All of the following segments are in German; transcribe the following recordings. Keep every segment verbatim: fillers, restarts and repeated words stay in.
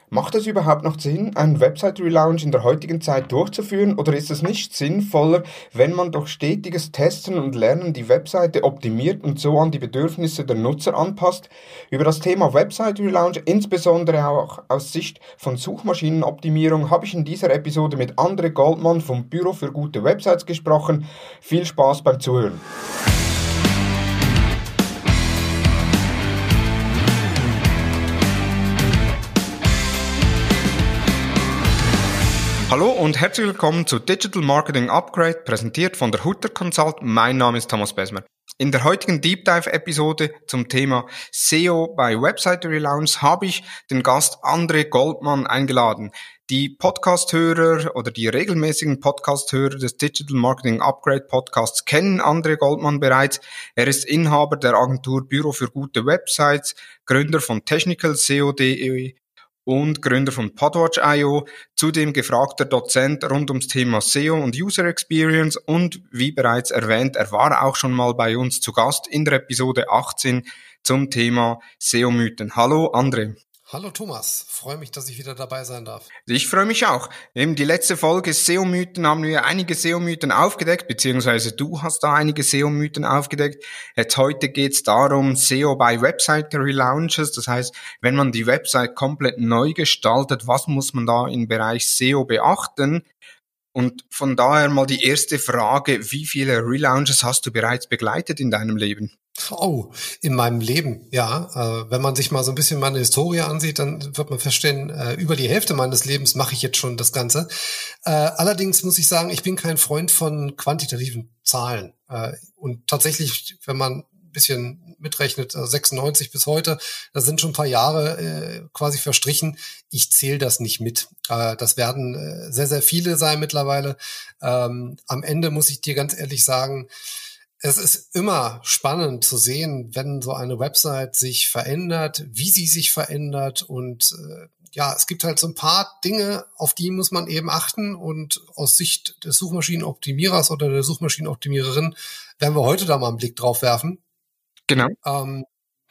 Macht es überhaupt noch Sinn, einen Website-Relaunch in der heutigen Zeit durchzuführen, oder ist es nicht sinnvoller, wenn man durch stetiges Testen und Lernen die Webseite optimiert und so an die Bedürfnisse der Nutzer anpasst? Über das Thema Website-Relaunch, insbesondere auch aus Sicht von Suchmaschinenoptimierung, habe ich in dieser Episode mit André Goldmann vom Büro für gute Websites gesprochen. Viel Spaß beim Zuhören. Hallo und herzlich willkommen zu Digital Marketing Upgrade, präsentiert von der Hutter Consult. Mein Name ist Thomas Besmer. In der heutigen Deep Dive Episode zum Thema S E O bei Website Relaunch habe ich den Gast André Goldmann eingeladen. Die Podcast-Hörer oder die regelmäßigen Podcast-Hörer des Digital Marketing Upgrade Podcasts kennen André Goldmann bereits. Er ist Inhaber der Agentur Büro für gute Websites, Gründer von Technical S E O punkt de und Gründer von Podwatch Punkt io, zudem gefragter Dozent rund ums Thema S E O und User Experience und wie bereits erwähnt, er war auch schon mal bei uns zu Gast in der Episode achtzehn zum Thema S E O-Mythen. Hallo André. Hallo Thomas, freue mich, dass ich wieder dabei sein darf. Ich freue mich auch. Eben die letzte Folge S E O-Mythen haben wir einige S E O-Mythen aufgedeckt, beziehungsweise du hast da einige S E O-Mythen aufgedeckt. Jetzt heute geht es darum, S E O bei Website-Relaunches, das heißt, wenn man die Website komplett neu gestaltet, was muss man da im Bereich S E O beachten? Und von daher mal die erste Frage, wie viele Relaunches hast du bereits begleitet in deinem Leben? Oh, in meinem Leben, ja. Äh, wenn man sich mal so ein bisschen meine Historie ansieht, dann wird man feststellen, äh, über die Hälfte meines Lebens mache ich jetzt schon das Ganze. Äh, allerdings muss ich sagen, ich bin kein Freund von quantitativen Zahlen. Äh, und tatsächlich, wenn man ein bisschen mitrechnet, sechsundneunzig bis heute, da sind schon ein paar Jahre äh, quasi verstrichen. Ich zähle das nicht mit. Äh, das werden äh, sehr, sehr viele sein mittlerweile. Ähm, am Ende muss ich dir ganz ehrlich sagen, es ist immer spannend zu sehen, wenn so eine Website sich verändert, wie sie sich verändert und äh, ja, es gibt halt so ein paar Dinge, auf die muss man eben achten und aus Sicht des Suchmaschinenoptimierers oder der Suchmaschinenoptimiererin werden wir heute da mal einen Blick drauf werfen. Genau. Ähm,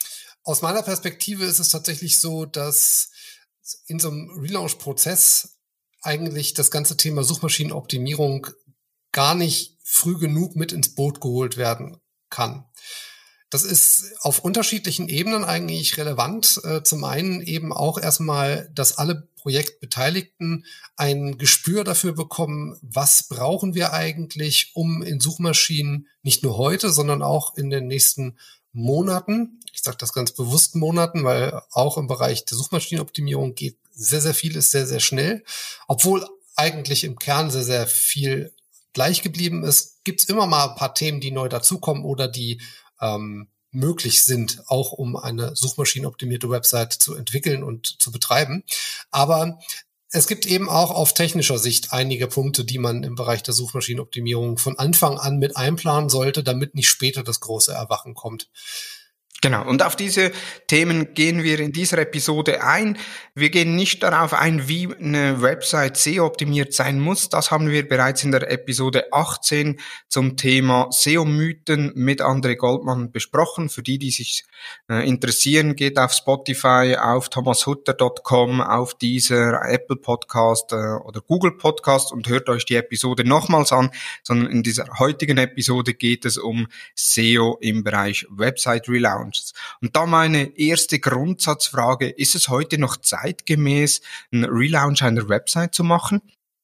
aus meiner Perspektive ist es tatsächlich so, dass in so einem Relaunch-Prozess eigentlich das ganze Thema Suchmaschinenoptimierung gar nicht früh genug mit ins Boot geholt werden kann. Das ist auf unterschiedlichen Ebenen eigentlich relevant. Äh, zum einen eben auch erstmal, dass alle Projektbeteiligten ein Gespür dafür bekommen, was brauchen wir eigentlich, um in Suchmaschinen nicht nur heute, sondern auch in den nächsten Monaten, ich sage das ganz bewusst Monaten, weil auch im Bereich der Suchmaschinenoptimierung geht sehr, sehr viel, ist sehr, sehr schnell, obwohl eigentlich im Kern sehr, sehr viel gleich geblieben ist, gibt es immer mal ein paar Themen, die neu dazukommen oder die ähm, möglich sind, auch um eine suchmaschinenoptimierte Website zu entwickeln und zu betreiben. Aber es gibt eben auch auf technischer Sicht einige Punkte, die man im Bereich der Suchmaschinenoptimierung von Anfang an mit einplanen sollte, damit nicht später das große Erwachen kommt. Genau, und auf diese Themen gehen wir in dieser Episode ein. Wir gehen nicht darauf ein, wie eine Website S E O-optimiert sein muss. Das haben wir bereits in der Episode achtzehn zum Thema S E O-Mythen mit André Goldmann besprochen. Für die, die sich äh, interessieren, geht auf Spotify, auf thomas hutter punkt com, auf dieser Apple Podcast äh, oder Google Podcast und hört euch die Episode nochmals an, sondern in dieser heutigen Episode geht es um S E O im Bereich Website Relaunch. Und da meine erste Grundsatzfrage, ist es heute noch zeitgemäß, einen Relaunch einer Website zu machen?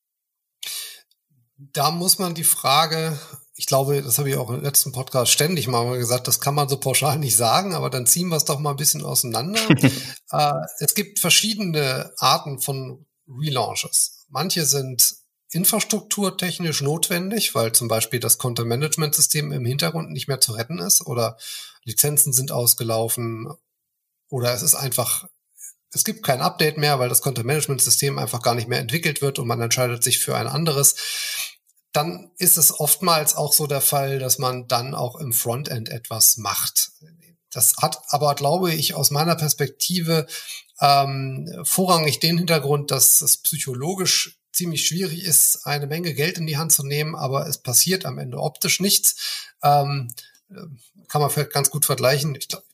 Da muss man die Frage, ich glaube, das habe ich auch im letzten Podcast ständig mal gesagt, das kann man so pauschal nicht sagen, aber dann ziehen wir es doch mal ein bisschen auseinander. äh, es gibt verschiedene Arten von Relaunches. Manche sind infrastrukturtechnisch notwendig, weil zum Beispiel das Content-Management-System im Hintergrund nicht mehr zu retten ist oder Lizenzen sind ausgelaufen oder es ist einfach, es gibt kein Update mehr, weil das Content-Management-System einfach gar nicht mehr entwickelt wird und man entscheidet sich für ein anderes. Dann ist es oftmals auch so der Fall, dass man dann auch im Frontend etwas macht. Das hat aber, glaube ich, aus meiner Perspektive ähm, vorrangig den Hintergrund, dass es psychologisch ziemlich schwierig ist, eine Menge Geld in die Hand zu nehmen, aber es passiert am Ende optisch nichts. Ähm, kann man vielleicht ganz gut vergleichen. Ich glaub,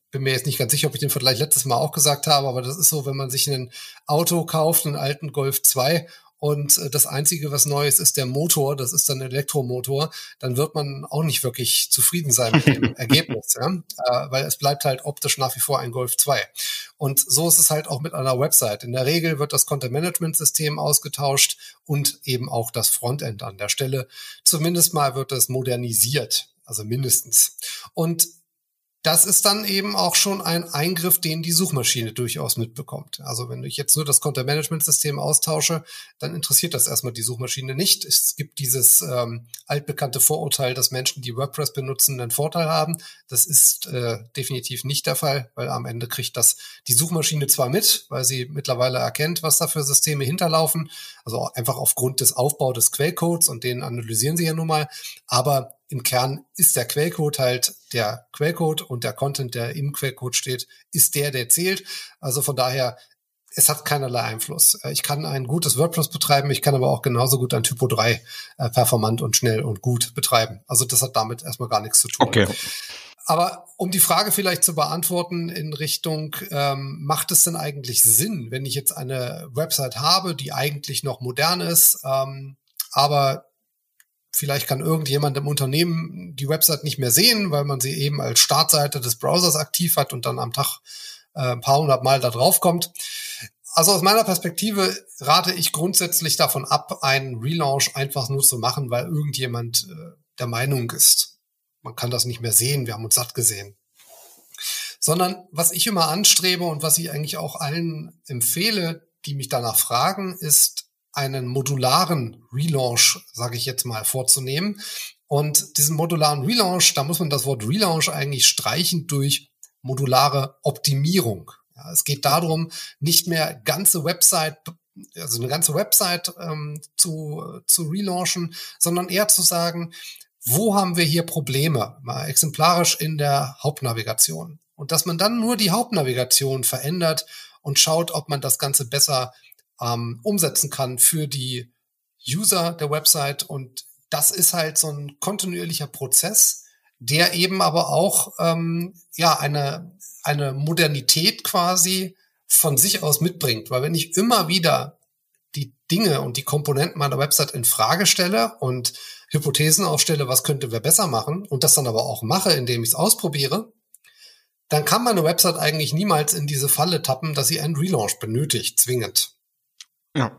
bin mir jetzt nicht ganz sicher, ob ich den Vergleich letztes Mal auch gesagt habe, aber das ist so, wenn man sich ein Auto kauft, einen alten Golf zwei, und das Einzige, was neu ist, ist der Motor, das ist dann ein Elektromotor, dann wird man auch nicht wirklich zufrieden sein mit dem Ergebnis, ja? äh, weil es bleibt halt optisch nach wie vor ein Golf zwei. Und so ist es halt auch mit einer Website. In der Regel wird das Content-Management-System ausgetauscht und eben auch das Frontend an der Stelle. Zumindest mal wird es modernisiert, also mindestens. Und das ist dann eben auch schon ein Eingriff, den die Suchmaschine durchaus mitbekommt. Also wenn ich jetzt nur das Content-Management-System austausche, dann interessiert das erstmal die Suchmaschine nicht. Es gibt dieses ähm, altbekannte Vorurteil, dass Menschen, die WordPress benutzen, einen Vorteil haben. Das ist äh, definitiv nicht der Fall, weil am Ende kriegt das die Suchmaschine zwar mit, weil sie mittlerweile erkennt, was da für Systeme hinterlaufen, also einfach aufgrund des Aufbaus des Quellcodes, und den analysieren sie ja nun mal, aber im Kern ist der Quellcode halt der Quellcode, und der Content, der im Quellcode steht, ist der, der zählt. Also von daher, es hat keinerlei Einfluss. Ich kann ein gutes WordPress betreiben, ich kann aber auch genauso gut ein Typo drei äh, performant und schnell und gut betreiben. Also das hat damit erstmal gar nichts zu tun. Okay. Aber um die Frage vielleicht zu beantworten in Richtung, ähm, macht es denn eigentlich Sinn, wenn ich jetzt eine Website habe, die eigentlich noch modern ist, ähm, aber vielleicht kann irgendjemand im Unternehmen die Website nicht mehr sehen, weil man sie eben als Startseite des Browsers aktiv hat und dann am Tag äh, ein paar hundert Mal da drauf kommt. Also aus meiner Perspektive rate ich grundsätzlich davon ab, einen Relaunch einfach nur zu machen, weil irgendjemand äh, der Meinung ist, man kann das nicht mehr sehen, wir haben uns satt gesehen. Sondern was ich immer anstrebe und was ich eigentlich auch allen empfehle, die mich danach fragen, ist, einen modularen Relaunch, sage ich jetzt mal, vorzunehmen. Und diesen modularen Relaunch, da muss man das Wort Relaunch eigentlich streichen durch modulare Optimierung. Ja, es geht darum, nicht mehr ganze Website, also eine ganze Website ähm, zu, zu relaunchen, sondern eher zu sagen, wo haben wir hier Probleme? Mal exemplarisch in der Hauptnavigation. Und dass man dann nur die Hauptnavigation verändert und schaut, ob man das Ganze besser Ähm, umsetzen kann für die User der Website. Und das ist halt so ein kontinuierlicher Prozess, der eben aber auch ähm, ja eine eine Modernität quasi von sich aus mitbringt. Weil wenn ich immer wieder die Dinge und die Komponenten meiner Website in Frage stelle und Hypothesen aufstelle, was könnte wir besser machen, und das dann aber auch mache, indem ich es ausprobiere, dann kann meine Website eigentlich niemals in diese Falle tappen, dass sie einen Relaunch benötigt, zwingend. Ja.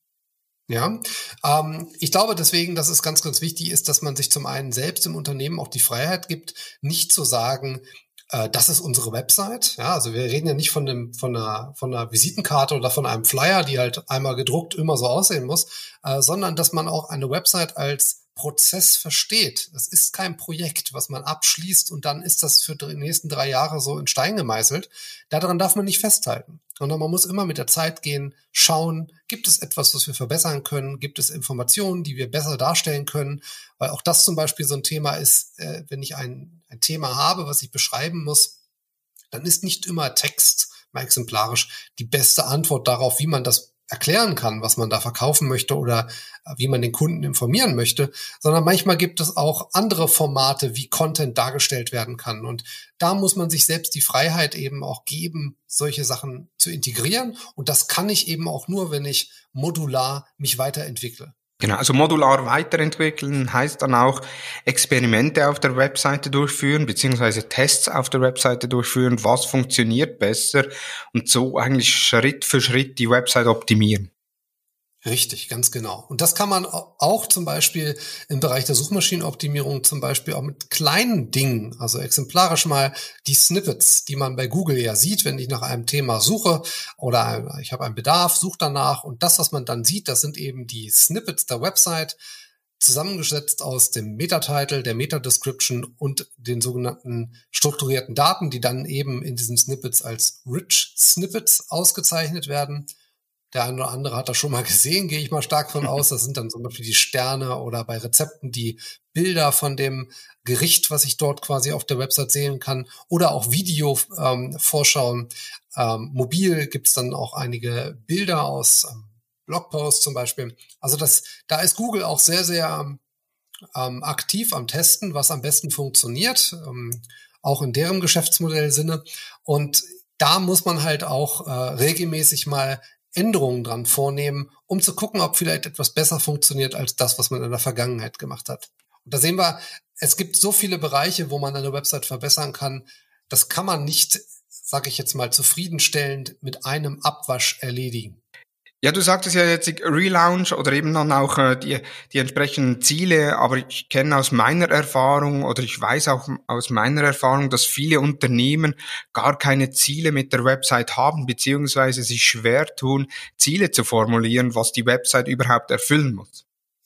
Ja, ähm, ich glaube deswegen, dass es ganz, ganz wichtig ist, dass man sich zum einen selbst im Unternehmen auch die Freiheit gibt, nicht zu sagen, äh, das ist unsere Website. Ja, also wir reden ja nicht von einem, von einer, von einer Visitenkarte oder von einem Flyer, die halt einmal gedruckt immer so aussehen muss, äh, sondern dass man auch eine Website als Prozess versteht. Es ist kein Projekt, was man abschließt und dann ist das für die nächsten drei Jahre so in Stein gemeißelt. Daran darf man nicht festhalten, sondern man muss immer mit der Zeit gehen, schauen, gibt es etwas, was wir verbessern können? Gibt es Informationen, die wir besser darstellen können? Weil auch das zum Beispiel so ein Thema ist, äh, wenn ich ein, ein Thema habe, was ich beschreiben muss, dann ist nicht immer Text, mal exemplarisch, die beste Antwort darauf, wie man das erklären kann, was man da verkaufen möchte oder wie man den Kunden informieren möchte, sondern manchmal gibt es auch andere Formate, wie Content dargestellt werden kann. Und da muss man sich selbst die Freiheit eben auch geben, solche Sachen zu integrieren. Und das kann ich eben auch nur, wenn ich modular mich weiterentwickle. Genau, also modular weiterentwickeln heißt dann auch Experimente auf der Webseite durchführen, beziehungsweise Tests auf der Webseite durchführen, was funktioniert besser und so eigentlich Schritt für Schritt die Website optimieren. Richtig, ganz genau. Und das kann man auch zum Beispiel im Bereich der Suchmaschinenoptimierung zum Beispiel auch mit kleinen Dingen, also exemplarisch mal die Snippets, die man bei Google ja sieht, wenn ich nach einem Thema suche oder ich habe einen Bedarf, suche danach, und das, was man dann sieht, das sind eben die Snippets der Website, zusammengesetzt aus dem Meta-Title, der Meta-Description und den sogenannten strukturierten Daten, die dann eben in diesen Snippets als Rich Snippets ausgezeichnet werden. Der eine oder andere hat das schon mal gesehen, gehe ich mal stark von aus. Das sind dann zum Beispiel die Sterne oder bei Rezepten die Bilder von dem Gericht, was ich dort quasi auf der Website sehen kann, oder auch Video-Vorschauen. Ähm, ähm, mobil gibt's dann auch einige Bilder aus ähm, Blogposts zum Beispiel. Also das, da ist Google auch sehr, sehr ähm, aktiv am Testen, was am besten funktioniert. Ähm, auch in deren Geschäftsmodellsinne. Und da muss man halt auch äh, regelmäßig mal Änderungen dran vornehmen, um zu gucken, ob vielleicht etwas besser funktioniert als das, was man in der Vergangenheit gemacht hat. Und da sehen wir, es gibt so viele Bereiche, wo man eine Website verbessern kann. Das kann man nicht, sage ich jetzt mal, zufriedenstellend mit einem Abwasch erledigen. Ja, du sagtest ja jetzt Relaunch oder eben dann auch äh, die, die entsprechenden Ziele, aber ich kenne aus meiner Erfahrung oder ich weiß auch aus meiner Erfahrung, dass viele Unternehmen gar keine Ziele mit der Website haben, beziehungsweise sich schwer tun, Ziele zu formulieren, was die Website überhaupt erfüllen muss.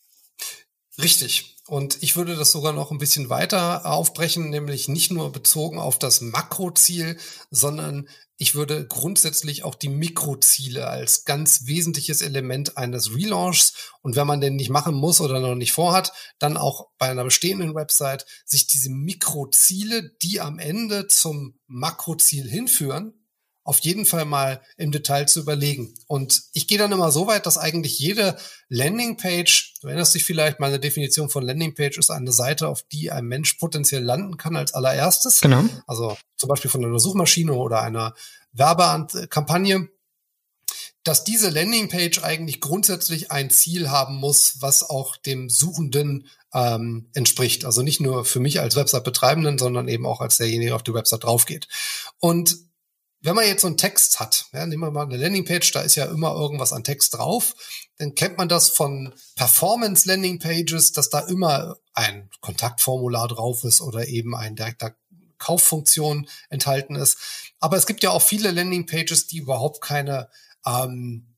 Richtig. Und ich würde das sogar noch ein bisschen weiter aufbrechen, nämlich nicht nur bezogen auf das Makroziel, sondern ich würde grundsätzlich auch die Mikroziele als ganz wesentliches Element eines Relaunchs und wenn man den nicht machen muss oder noch nicht vorhat, dann auch bei einer bestehenden Website sich diese Mikroziele, die am Ende zum Makroziel hinführen, auf jeden Fall mal im Detail zu überlegen. Und ich gehe dann immer so weit, dass eigentlich jede Landingpage, du erinnerst dich vielleicht, meine Definition von Landingpage ist eine Seite, auf die ein Mensch potenziell landen kann als allererstes. Genau. Also zum Beispiel von einer Suchmaschine oder einer Werbekampagne, dass diese Landingpage eigentlich grundsätzlich ein Ziel haben muss, was auch dem Suchenden ähm, entspricht. Also nicht nur für mich als Website-Betreibenden, sondern eben auch als derjenige, der auf die Website drauf geht. Und wenn man jetzt so einen Text hat, ja, nehmen wir mal eine Landingpage, da ist ja immer irgendwas an Text drauf, dann kennt man das von Performance-Landingpages, dass da immer ein Kontaktformular drauf ist oder eben ein direkter Kauffunktion enthalten ist. Aber es gibt ja auch viele Landingpages, die überhaupt keine ähm,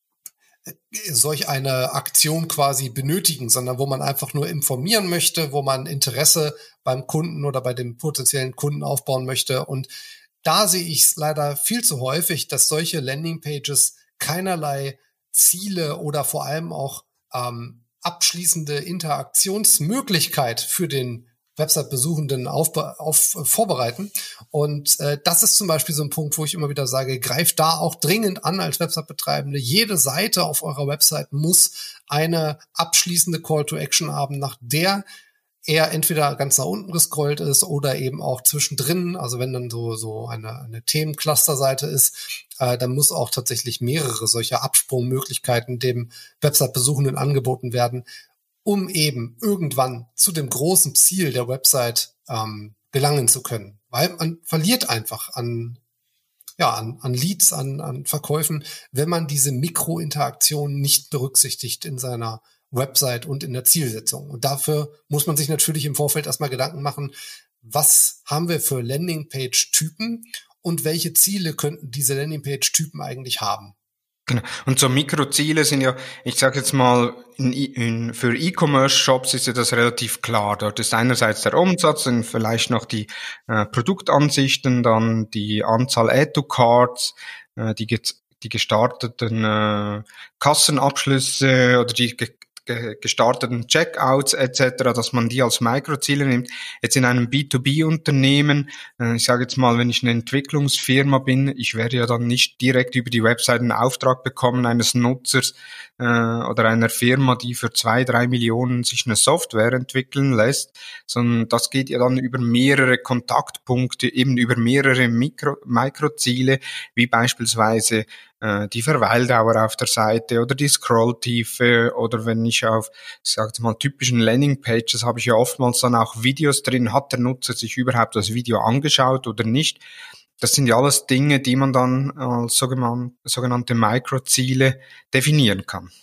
solch eine Aktion quasi benötigen, sondern wo man einfach nur informieren möchte, wo man Interesse beim Kunden oder bei dem potenziellen Kunden aufbauen möchte. Und da sehe ich es leider viel zu häufig, dass solche Landingpages keinerlei Ziele oder vor allem auch ähm, abschließende Interaktionsmöglichkeit für den Website-Besuchenden auf, auf, vorbereiten. Und äh, das ist zum Beispiel so ein Punkt, wo ich immer wieder sage, greift da auch dringend an als Website-Betreibende. Jede Seite auf eurer Website muss eine abschließende Call-to-Action haben, nach der er entweder ganz nach unten gescrollt ist oder eben auch zwischendrin, also wenn dann so so eine, eine Themencluster-Seite ist, äh, dann muss auch tatsächlich mehrere solcher Absprungmöglichkeiten dem Website-Besuchenden angeboten werden, um eben irgendwann zu dem großen Ziel der Website ähm, gelangen zu können. Weil man verliert einfach an ja an, an Leads, an, an Verkäufen, wenn man diese Mikrointeraktion nicht berücksichtigt in seiner Website und in der Zielsetzung. Und dafür muss man sich natürlich im Vorfeld erstmal Gedanken machen, was haben wir für Landingpage-Typen und welche Ziele könnten diese Landingpage-Typen eigentlich haben. Genau. Und so Mikroziele sind ja, ich sage jetzt mal, in, in, für E-Commerce-Shops ist ja das relativ klar. Dort ist einerseits der Umsatz, dann vielleicht noch die äh, Produktansichten, dann die Anzahl Add-to-Cards, äh, die, die gestarteten äh, Kassenabschlüsse oder die ge gestarteten Checkouts et cetera, dass man die als Mikroziele nimmt. Jetzt in einem B zwei B-Unternehmen, äh, ich sage jetzt mal, wenn ich eine Entwicklungsfirma bin, ich werde ja dann nicht direkt über die Website einen Auftrag bekommen eines Nutzers äh, oder einer Firma, die für zwei, drei Millionen sich eine Software entwickeln lässt, sondern das geht ja dann über mehrere Kontaktpunkte, eben über mehrere Mikro Mikroziele, wie beispielsweise die Verweildauer auf der Seite oder die Scrolltiefe oder wenn ich auf, ich sage mal, typischen Landingpages habe ich ja oftmals dann auch Videos drin, hat der Nutzer sich überhaupt das Video angeschaut oder nicht. Das sind ja alles Dinge, die man dann als sogenannte Mikroziele definieren kann.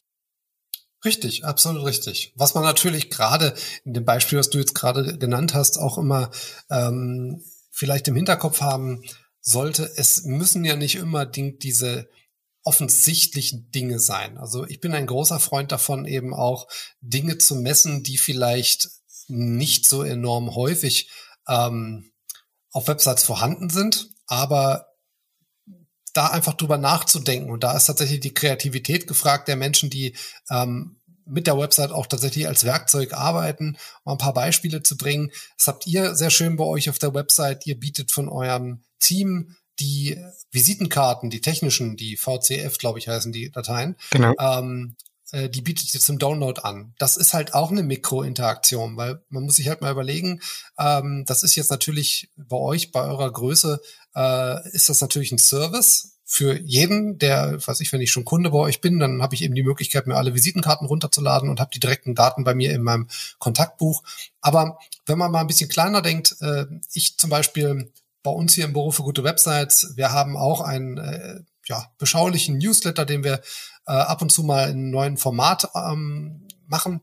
Richtig, absolut richtig. Was man natürlich gerade in dem Beispiel, was du jetzt gerade genannt hast, auch immer ähm, vielleicht im Hinterkopf haben sollte, es müssen ja nicht unbedingt diese offensichtlichen Dinge sein. Also ich bin ein großer Freund davon, eben auch Dinge zu messen, die vielleicht nicht so enorm häufig ähm, auf Websites vorhanden sind, aber da einfach drüber nachzudenken. Und da ist tatsächlich die Kreativität gefragt der Menschen, die ähm, mit der Website auch tatsächlich als Werkzeug arbeiten, um ein paar Beispiele zu bringen. Das habt ihr sehr schön bei euch auf der Website. Ihr bietet von eurem Team die Visitenkarten, die technischen, die V C F, glaube ich, heißen die Dateien, genau. ähm, die bietet ihr zum Download an. Das ist halt auch eine Mikrointeraktion, weil man muss sich halt mal überlegen, ähm, das ist jetzt natürlich bei euch, bei eurer Größe, äh, ist das natürlich ein Service für jeden, der, weiß ich, wenn ich schon Kunde bei euch bin, dann habe ich eben die Möglichkeit, mir alle Visitenkarten runterzuladen und habe die direkten Daten bei mir in meinem Kontaktbuch. Aber wenn man mal ein bisschen kleiner denkt, äh, ich zum Beispiel bei uns hier im Büro für gute Websites, wir haben auch einen äh, ja, beschaulichen Newsletter, den wir äh, ab und zu mal in einem neuen Format ähm, machen.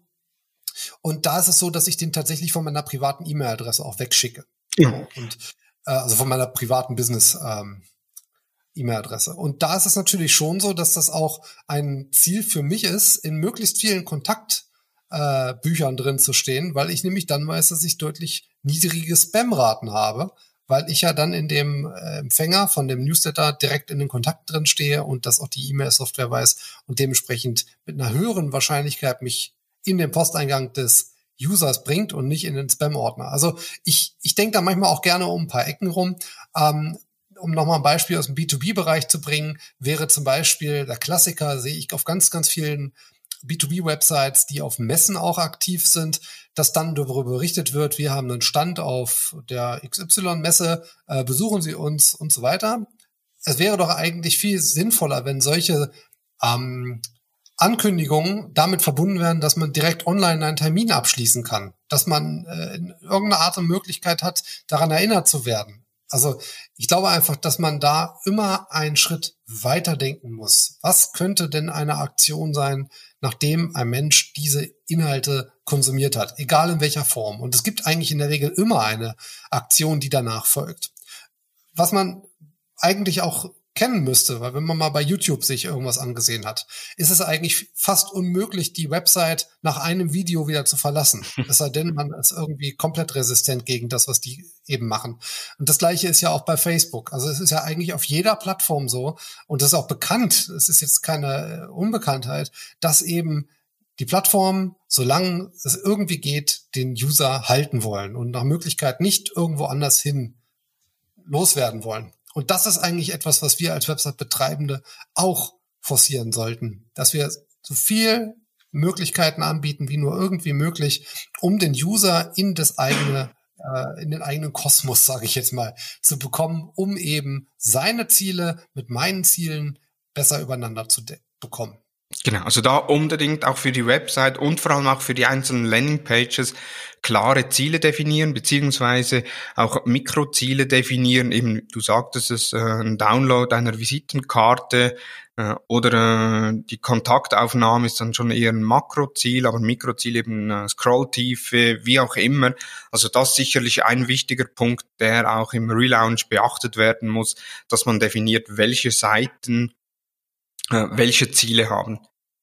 Und da ist es so, dass ich den tatsächlich von meiner privaten E-Mail-Adresse auch wegschicke. Ja. Und äh, also von meiner privaten Business ähm, E-Mail-Adresse. Und da ist es natürlich schon so, dass das auch ein Ziel für mich ist, in möglichst vielen Kontaktbüchern äh, drin zu stehen, weil ich nämlich dann weiß, dass ich deutlich niedrige Spam-Raten habe, weil ich ja dann in dem äh, Empfänger von dem Newsletter direkt in den Kontakt drin stehe und das auch die E-Mail-Software weiß und dementsprechend mit einer höheren Wahrscheinlichkeit mich in den Posteingang des Users bringt und nicht in den Spam-Ordner. Also ich ich denke da manchmal auch gerne um ein paar Ecken rum. Ähm, um nochmal ein Beispiel aus dem B zwei B-Bereich zu bringen, wäre zum Beispiel der Klassiker, sehe ich auf ganz, ganz vielen B zwei B-Websites, die auf Messen auch aktiv sind, dass dann darüber berichtet wird, wir haben einen Stand auf der X Y-Messe, äh, besuchen Sie uns und so weiter. Es wäre doch eigentlich viel sinnvoller, wenn solche ähm, Ankündigungen damit verbunden werden, dass man direkt online einen Termin abschließen kann, dass man äh, in irgendeiner Art und Möglichkeit hat, daran erinnert zu werden. Also ich glaube einfach, dass man da immer einen Schritt weiterdenken muss. Was könnte denn eine Aktion sein, nachdem ein Mensch diese Inhalte konsumiert hat, egal in welcher Form? Und es gibt eigentlich in der Regel immer eine Aktion, die danach folgt. Was man eigentlich auch kennen müsste, weil wenn man mal bei YouTube sich irgendwas angesehen hat, ist es eigentlich fast unmöglich, die Website nach einem Video wieder zu verlassen. Es sei denn, man ist irgendwie komplett resistent gegen das, was die eben machen. Und das Gleiche ist ja auch bei Facebook. Also es ist ja eigentlich auf jeder Plattform so, und das ist auch bekannt, es ist jetzt keine Unbekanntheit, dass eben die Plattformen, solange es irgendwie geht, den User halten wollen und nach Möglichkeit nicht irgendwo anders hin loswerden wollen. Und das ist eigentlich etwas, was wir als Website-Betreibende auch forcieren sollten, dass wir so viel Möglichkeiten anbieten, wie nur irgendwie möglich, um den User in das eigene, äh, in den eigenen Kosmos, sage ich jetzt mal, zu bekommen, um eben seine Ziele mit meinen Zielen besser übereinander zu de- bekommen. Genau, also da unbedingt auch für die Website und vor allem auch für die einzelnen Landingpages klare Ziele definieren, beziehungsweise auch Mikroziele definieren. Eben, du sagtest es, äh, ein Download einer Visitenkarte äh, oder äh, die Kontaktaufnahme ist dann schon eher ein Makroziel, aber ein Mikroziel eben äh, Scrolltiefe, wie auch immer. Also das ist sicherlich ein wichtiger Punkt, der auch im Relaunch beachtet werden muss, dass man definiert, welche Seiten welche Ziele haben.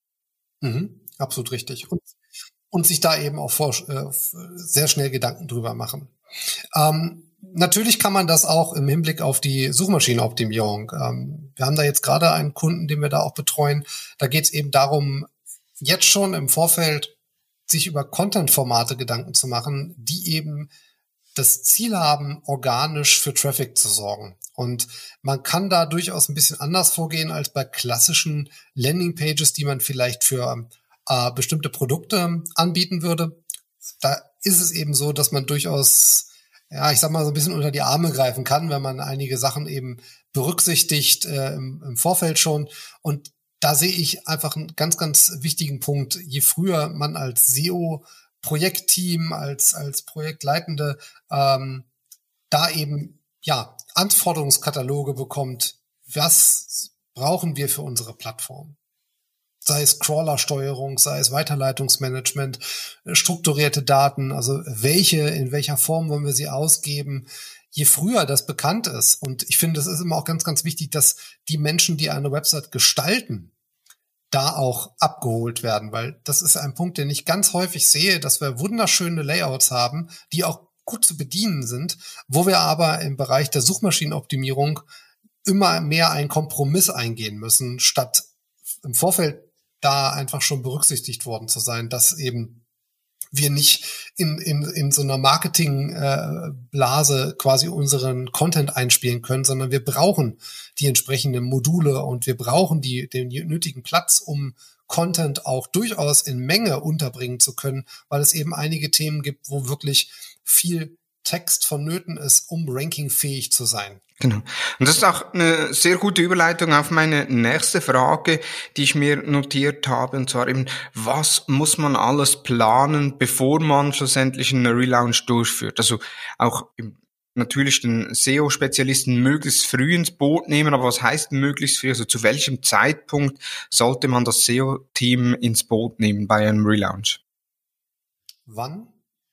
Mhm, absolut richtig. Und, und sich da eben auch vor, äh, sehr schnell Gedanken drüber machen. Ähm, natürlich kann man das auch im Hinblick auf die Suchmaschinenoptimierung. Ähm, wir haben da jetzt gerade einen Kunden, den wir da auch betreuen. Da geht es eben darum, jetzt schon im Vorfeld sich über Content-Formate Gedanken zu machen, die eben das Ziel haben, organisch für Traffic zu sorgen. Und man kann da durchaus ein bisschen anders vorgehen als bei klassischen Landingpages, die man vielleicht für äh, bestimmte Produkte anbieten würde. Da ist es eben so, dass man durchaus, ja, ich sag mal, so ein bisschen unter die Arme greifen kann, wenn man einige Sachen eben berücksichtigt äh, im, im Vorfeld schon. Und da sehe ich einfach einen ganz, ganz wichtigen Punkt. Je früher man als S E O Projektteam, als als Projektleitende ähm, da eben ja Anforderungskataloge bekommt, was brauchen wir für unsere Plattform? Sei es Crawlersteuerung, sei es Weiterleitungsmanagement, strukturierte Daten, also welche, in welcher Form wollen wir sie ausgeben? Je früher das bekannt ist, und ich finde, es ist immer auch ganz, ganz wichtig, dass die Menschen, die eine Website gestalten, da auch abgeholt werden, weil das ist ein Punkt, den ich ganz häufig sehe, dass wir wunderschöne Layouts haben, die auch gut zu bedienen sind, wo wir aber im Bereich der Suchmaschinenoptimierung immer mehr einen Kompromiss eingehen müssen, statt im Vorfeld da einfach schon berücksichtigt worden zu sein, dass eben wir nicht in, in, in so einer Marketingblase äh, quasi unseren Content einspielen können, sondern wir brauchen die entsprechenden Module und wir brauchen die, den nötigen Platz, um Content auch durchaus in Menge unterbringen zu können, weil es eben einige Themen gibt, wo wirklich viel Text vonnöten ist, um rankingfähig zu sein. Genau. Und das ist auch eine sehr gute Überleitung auf meine nächste Frage, die ich mir notiert habe, und zwar eben, was muss man alles planen, bevor man schlussendlich einen Relaunch durchführt? Also auch im natürlich den S E O-Spezialisten möglichst früh ins Boot nehmen, aber was heißt möglichst früh? Also zu welchem Zeitpunkt sollte man das S E O-Team ins Boot nehmen bei einem Relaunch? Wann?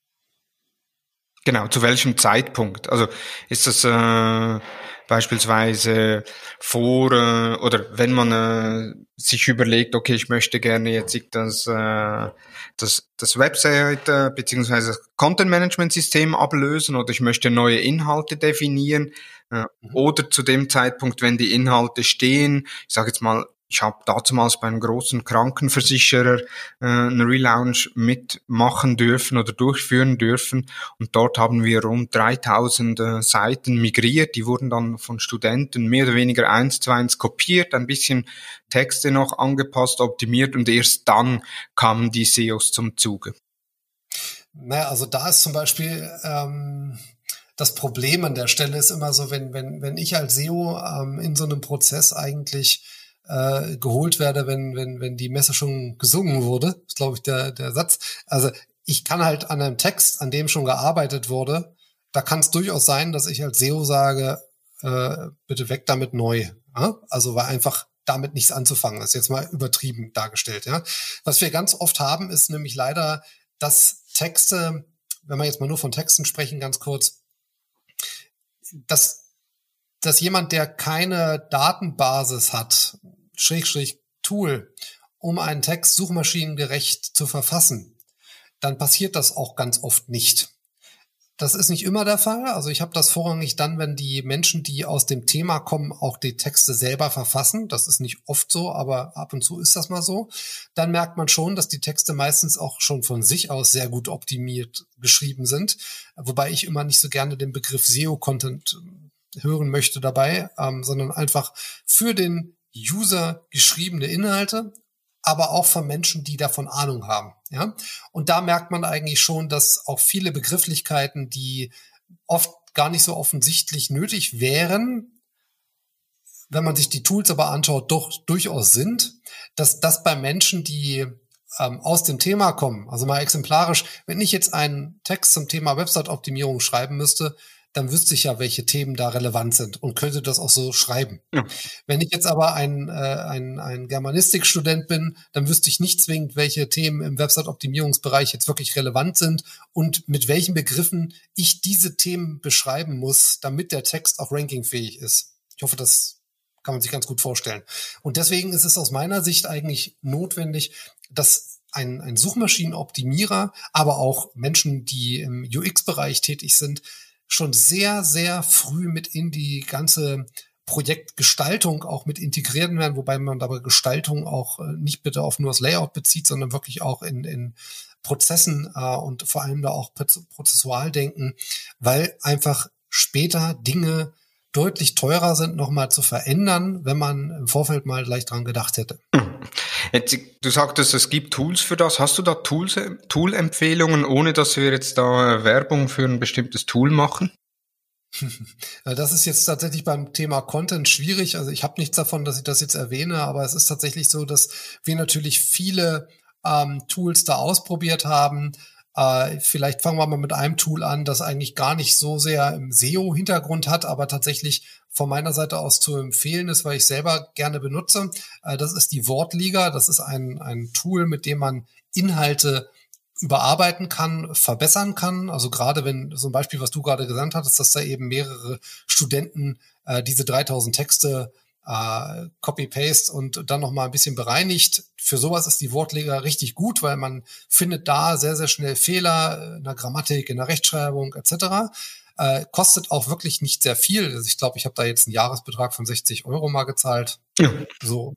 Genau, zu welchem Zeitpunkt? Also ist das äh, beispielsweise vor äh, oder wenn man äh, sich überlegt, okay, ich möchte gerne jetzt das äh, das das Website äh, beziehungsweise das Content-Management-System ablösen oder ich möchte neue Inhalte definieren äh, mhm. oder zu dem Zeitpunkt, wenn die Inhalte stehen, ich sage jetzt mal, ich habe damals bei einem großen Krankenversicherer äh, einen Relaunch mitmachen dürfen oder durchführen dürfen und dort haben wir rund dreitausend äh, Seiten migriert. Die wurden dann von Studenten mehr oder weniger eins zu eins kopiert, ein bisschen Texte noch angepasst, optimiert und erst dann kamen die S E Os zum Zuge. Naja, also da ist zum Beispiel ähm, das Problem an der Stelle ist immer so, wenn wenn wenn ich als S E O ähm, in so einem Prozess eigentlich Äh, geholt werde, wenn wenn wenn die Messe schon gesungen wurde, ist glaube ich der der Satz. Also ich kann halt an einem Text, an dem schon gearbeitet wurde, da kann es durchaus sein, dass ich als S E O sage, äh, bitte weg damit neu. Ja? Also war einfach damit nichts anzufangen. Das ist jetzt mal übertrieben dargestellt. Ja, was wir ganz oft haben, ist nämlich leider, dass Texte, wenn wir jetzt mal nur von Texten sprechen, ganz kurz, dass dass jemand, der keine Datenbasis hat, Schrägstrich Tool, um einen Text suchmaschinengerecht zu verfassen, dann passiert das auch ganz oft nicht. Das ist nicht immer der Fall. Also ich habe das vorrangig dann, wenn die Menschen, die aus dem Thema kommen, auch die Texte selber verfassen. Das ist nicht oft so, aber ab und zu ist das mal so. Dann merkt man schon, dass die Texte meistens auch schon von sich aus sehr gut optimiert geschrieben sind. Wobei ich immer nicht so gerne den Begriff S E O-Content hören möchte dabei, ähm, sondern einfach für den User geschriebene Inhalte, aber auch von Menschen, die davon Ahnung haben. Ja? Und da merkt man eigentlich schon, dass auch viele Begrifflichkeiten, die oft gar nicht so offensichtlich nötig wären, wenn man sich die Tools aber anschaut, doch durchaus sind, dass das bei Menschen, die ähm, aus dem Thema kommen, also mal exemplarisch, wenn ich jetzt einen Text zum Thema Website-Optimierung schreiben müsste, dann wüsste ich ja, welche Themen da relevant sind und könnte das auch so schreiben. Ja. Wenn ich jetzt aber ein, äh, ein, ein Germanistikstudent bin, dann wüsste ich nicht zwingend, welche Themen im Website-Optimierungsbereich jetzt wirklich relevant sind und mit welchen Begriffen ich diese Themen beschreiben muss, damit der Text auch rankingfähig ist. Ich hoffe, das kann man sich ganz gut vorstellen. Und deswegen ist es aus meiner Sicht eigentlich notwendig, dass ein, ein Suchmaschinenoptimierer, aber auch Menschen, die im U X-Bereich tätig sind, schon sehr, sehr früh mit in die ganze Projektgestaltung auch mit integriert werden, wobei man dabei Gestaltung auch nicht bitte auf nur das Layout bezieht, sondern wirklich auch in, in Prozessen äh, und vor allem da auch prozessual denken, weil einfach später Dinge deutlich teurer sind, nochmal zu verändern, wenn man im Vorfeld mal gleich dran gedacht hätte. Jetzt, du sagtest, es gibt Tools für das. Hast du da Tools, Tool-Empfehlungen, ohne dass wir jetzt da Werbung für ein bestimmtes Tool machen? Das ist jetzt tatsächlich beim Thema Content schwierig. Also ich habe nichts davon, dass ich das jetzt erwähne, aber es ist tatsächlich so, dass wir natürlich viele ähm, Tools da ausprobiert haben. Äh, vielleicht fangen wir mal mit einem Tool an, das eigentlich gar nicht so sehr im S E O-Hintergrund hat, aber tatsächlich von meiner Seite aus zu empfehlen ist, weil ich selber gerne benutze. Äh, das ist die Wortliga. Das ist ein, ein Tool, mit dem man Inhalte überarbeiten kann, verbessern kann. Also gerade wenn, so ein Beispiel, was du gerade gesagt hattest, dass da eben mehrere Studenten äh, diese dreitausend Texte äh, Copy-Paste und dann nochmal ein bisschen bereinigt. Für sowas ist die Wortleger richtig gut, weil man findet da sehr, sehr schnell Fehler in der Grammatik, in der Rechtschreibung et cetera. Äh, kostet auch wirklich nicht sehr viel. Also ich glaube, ich habe da jetzt einen Jahresbetrag von sechzig Euro mal gezahlt. Ja. So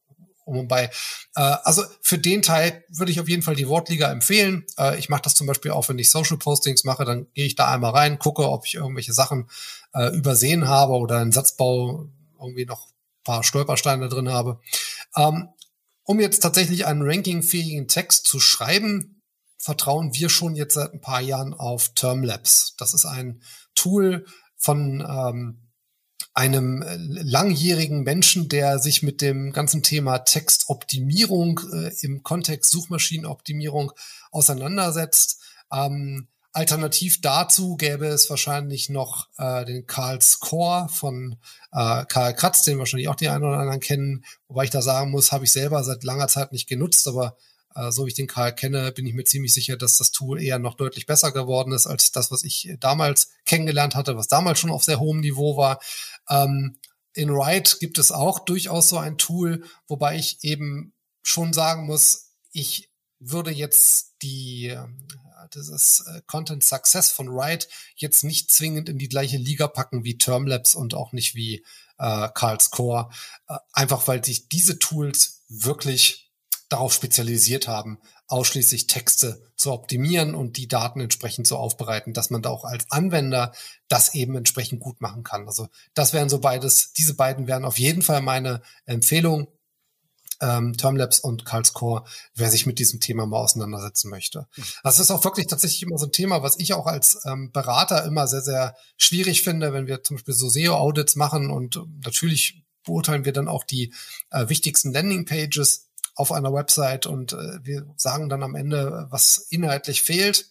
um und bei. Äh, also für den Teil würde ich auf jeden Fall die Wortliga empfehlen. Äh, ich mache das zum Beispiel auch, wenn ich Social Postings mache, dann gehe ich da einmal rein, gucke, ob ich irgendwelche Sachen äh, übersehen habe oder einen Satzbau irgendwie noch ein paar Stolpersteine drin habe. Ähm, um jetzt tatsächlich einen rankingfähigen Text zu schreiben, vertrauen wir schon jetzt seit ein paar Jahren auf Termlabs. Das ist ein Tool von ähm, einem langjährigen Menschen, der sich mit dem ganzen Thema Textoptimierung äh, im Kontext Suchmaschinenoptimierung auseinandersetzt. Ähm, alternativ dazu gäbe es wahrscheinlich noch äh, den Karl Score von äh, Karl Kratz, den wahrscheinlich auch die einen oder anderen kennen. Wobei ich da sagen muss, habe ich selber seit langer Zeit nicht genutzt, aber äh, so wie ich den Karl kenne, bin ich mir ziemlich sicher, dass das Tool eher noch deutlich besser geworden ist als das, was ich damals kennengelernt hatte, was damals schon auf sehr hohem Niveau war. Ähm, in Write gibt es auch durchaus so ein Tool, wobei ich eben schon sagen muss, ich würde jetzt die dieses Content Success von Write jetzt nicht zwingend in die gleiche Liga packen wie Termlabs und auch nicht wie äh, Karl Score, äh, einfach weil sich diese Tools wirklich darauf spezialisiert haben, ausschließlich Texte zu optimieren und die Daten entsprechend so aufbereiten, dass man da auch als Anwender das eben entsprechend gut machen kann. Also das wären so beides, diese beiden wären auf jeden Fall meine Empfehlung. Ähm, Termlabs und Karl Score, wer sich mit diesem Thema mal auseinandersetzen möchte. Das ist auch wirklich tatsächlich immer so ein Thema, was ich auch als ähm, Berater immer sehr, sehr schwierig finde, wenn wir zum Beispiel so S E O-Audits machen und natürlich beurteilen wir dann auch die äh, wichtigsten Landingpages auf einer Website und äh, wir sagen dann am Ende, was inhaltlich fehlt.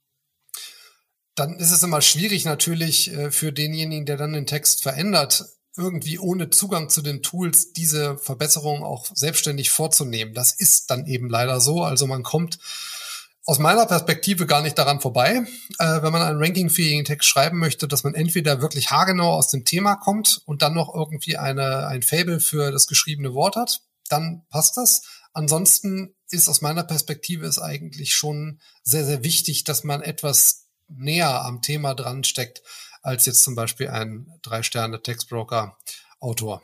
Dann ist es immer schwierig natürlich äh, für denjenigen, der dann den Text verändert, irgendwie ohne Zugang zu den Tools diese Verbesserungen auch selbstständig vorzunehmen. Das ist dann eben leider so. Also man kommt aus meiner Perspektive gar nicht daran vorbei, äh, wenn man einen rankingfähigen Text schreiben möchte, dass man entweder wirklich haargenau aus dem Thema kommt und dann noch irgendwie eine ein Faible für das geschriebene Wort hat. Dann passt das. Ansonsten ist aus meiner Perspektive es eigentlich schon sehr, sehr wichtig, dass man etwas näher am Thema dran steckt, als jetzt zum Beispiel ein Drei-Sterne-Textbroker-Autor.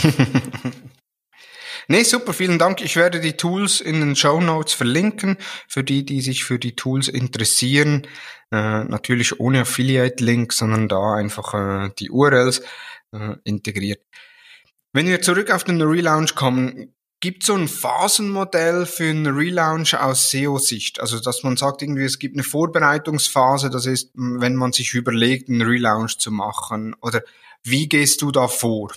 Nee, super, vielen Dank. Ich werde die Tools in den Shownotes verlinken, für die, die sich für die Tools interessieren. Äh, natürlich ohne Affiliate-Link, sondern da einfach äh, die U R Ls äh, integriert. Wenn wir zurück auf den Relaunch kommen, gibt es so ein Phasenmodell für einen Relaunch aus S E O-Sicht? Also, dass man sagt, irgendwie, es gibt eine Vorbereitungsphase, das ist, wenn man sich überlegt, einen Relaunch zu machen. Oder wie gehst du da vor?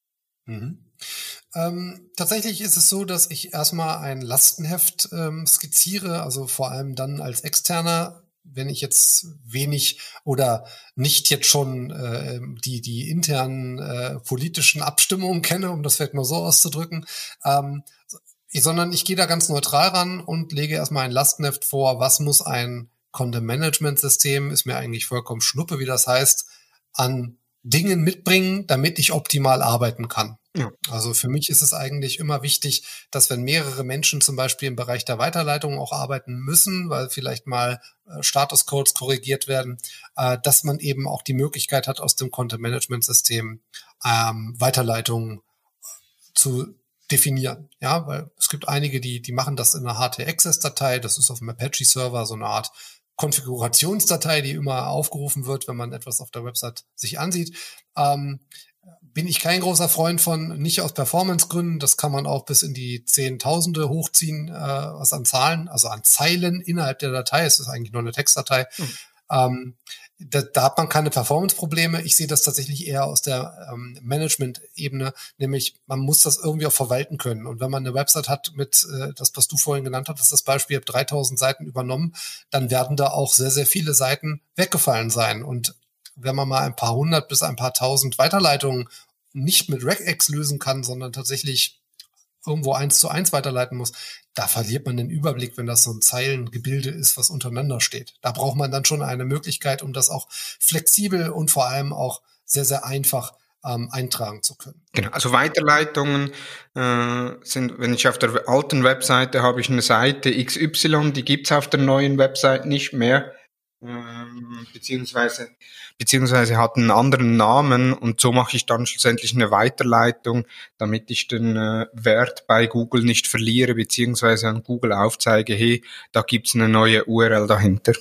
Mhm. Ähm, tatsächlich ist es so, dass ich erstmal ein Lastenheft ähm, skizziere, also vor allem dann als Externer, wenn ich jetzt wenig oder nicht jetzt schon äh, die die internen äh, politischen Abstimmungen kenne, um das vielleicht mal so auszudrücken, ähm, sondern ich gehe da ganz neutral ran und lege erstmal ein Lastenheft vor, was muss ein Content-Management-System, ist mir eigentlich vollkommen schnuppe, wie das heißt, an Dingen mitbringen, damit ich optimal arbeiten kann. Ja. Also für mich ist es eigentlich immer wichtig, dass wenn mehrere Menschen zum Beispiel im Bereich der Weiterleitung auch arbeiten müssen, weil vielleicht mal äh, Statuscodes korrigiert werden, äh, dass man eben auch die Möglichkeit hat, aus dem Content-Management-System ähm, Weiterleitungen zu definieren. Ja, weil es gibt einige, die die machen das in einer H T-Access-Datei, das ist auf dem Apache-Server so eine Art Konfigurationsdatei, die immer aufgerufen wird, wenn man etwas auf der Website sich ansieht. Ähm, bin ich kein großer Freund von, nicht aus Performance-Gründen. Das kann man auch bis in die Zehntausende hochziehen, äh, was an Zahlen, also an Zeilen innerhalb der Datei. Es ist eigentlich nur eine Textdatei. Mhm. Ähm, da, da hat man keine Performance-Probleme. Ich sehe das tatsächlich eher aus der ähm, Management-Ebene, nämlich man muss das irgendwie auch verwalten können. Und wenn man eine Website hat mit, äh, das, was du vorhin genannt hast, das Beispiel, ich habe dreitausend Seiten übernommen, dann werden da auch sehr, sehr viele Seiten weggefallen sein. Und wenn man mal ein paar hundert bis ein paar tausend Weiterleitungen nicht mit Regex lösen kann, sondern tatsächlich irgendwo eins zu eins weiterleiten muss, da verliert man den Überblick, wenn das so ein Zeilengebilde ist, was untereinander steht. Da braucht man dann schon eine Möglichkeit, um das auch flexibel und vor allem auch sehr, sehr einfach ähm, eintragen zu können. Genau, also Weiterleitungen äh, sind, wenn ich auf der alten Webseite habe ich eine Seite X Y, die gibt's auf der neuen Website nicht mehr. ähm, beziehungsweise, beziehungsweise hat einen anderen Namen und so mache ich dann schlussendlich eine Weiterleitung, damit ich den äh, Wert bei Google nicht verliere, beziehungsweise an Google aufzeige, hey, da gibt's eine neue U R L dahinter.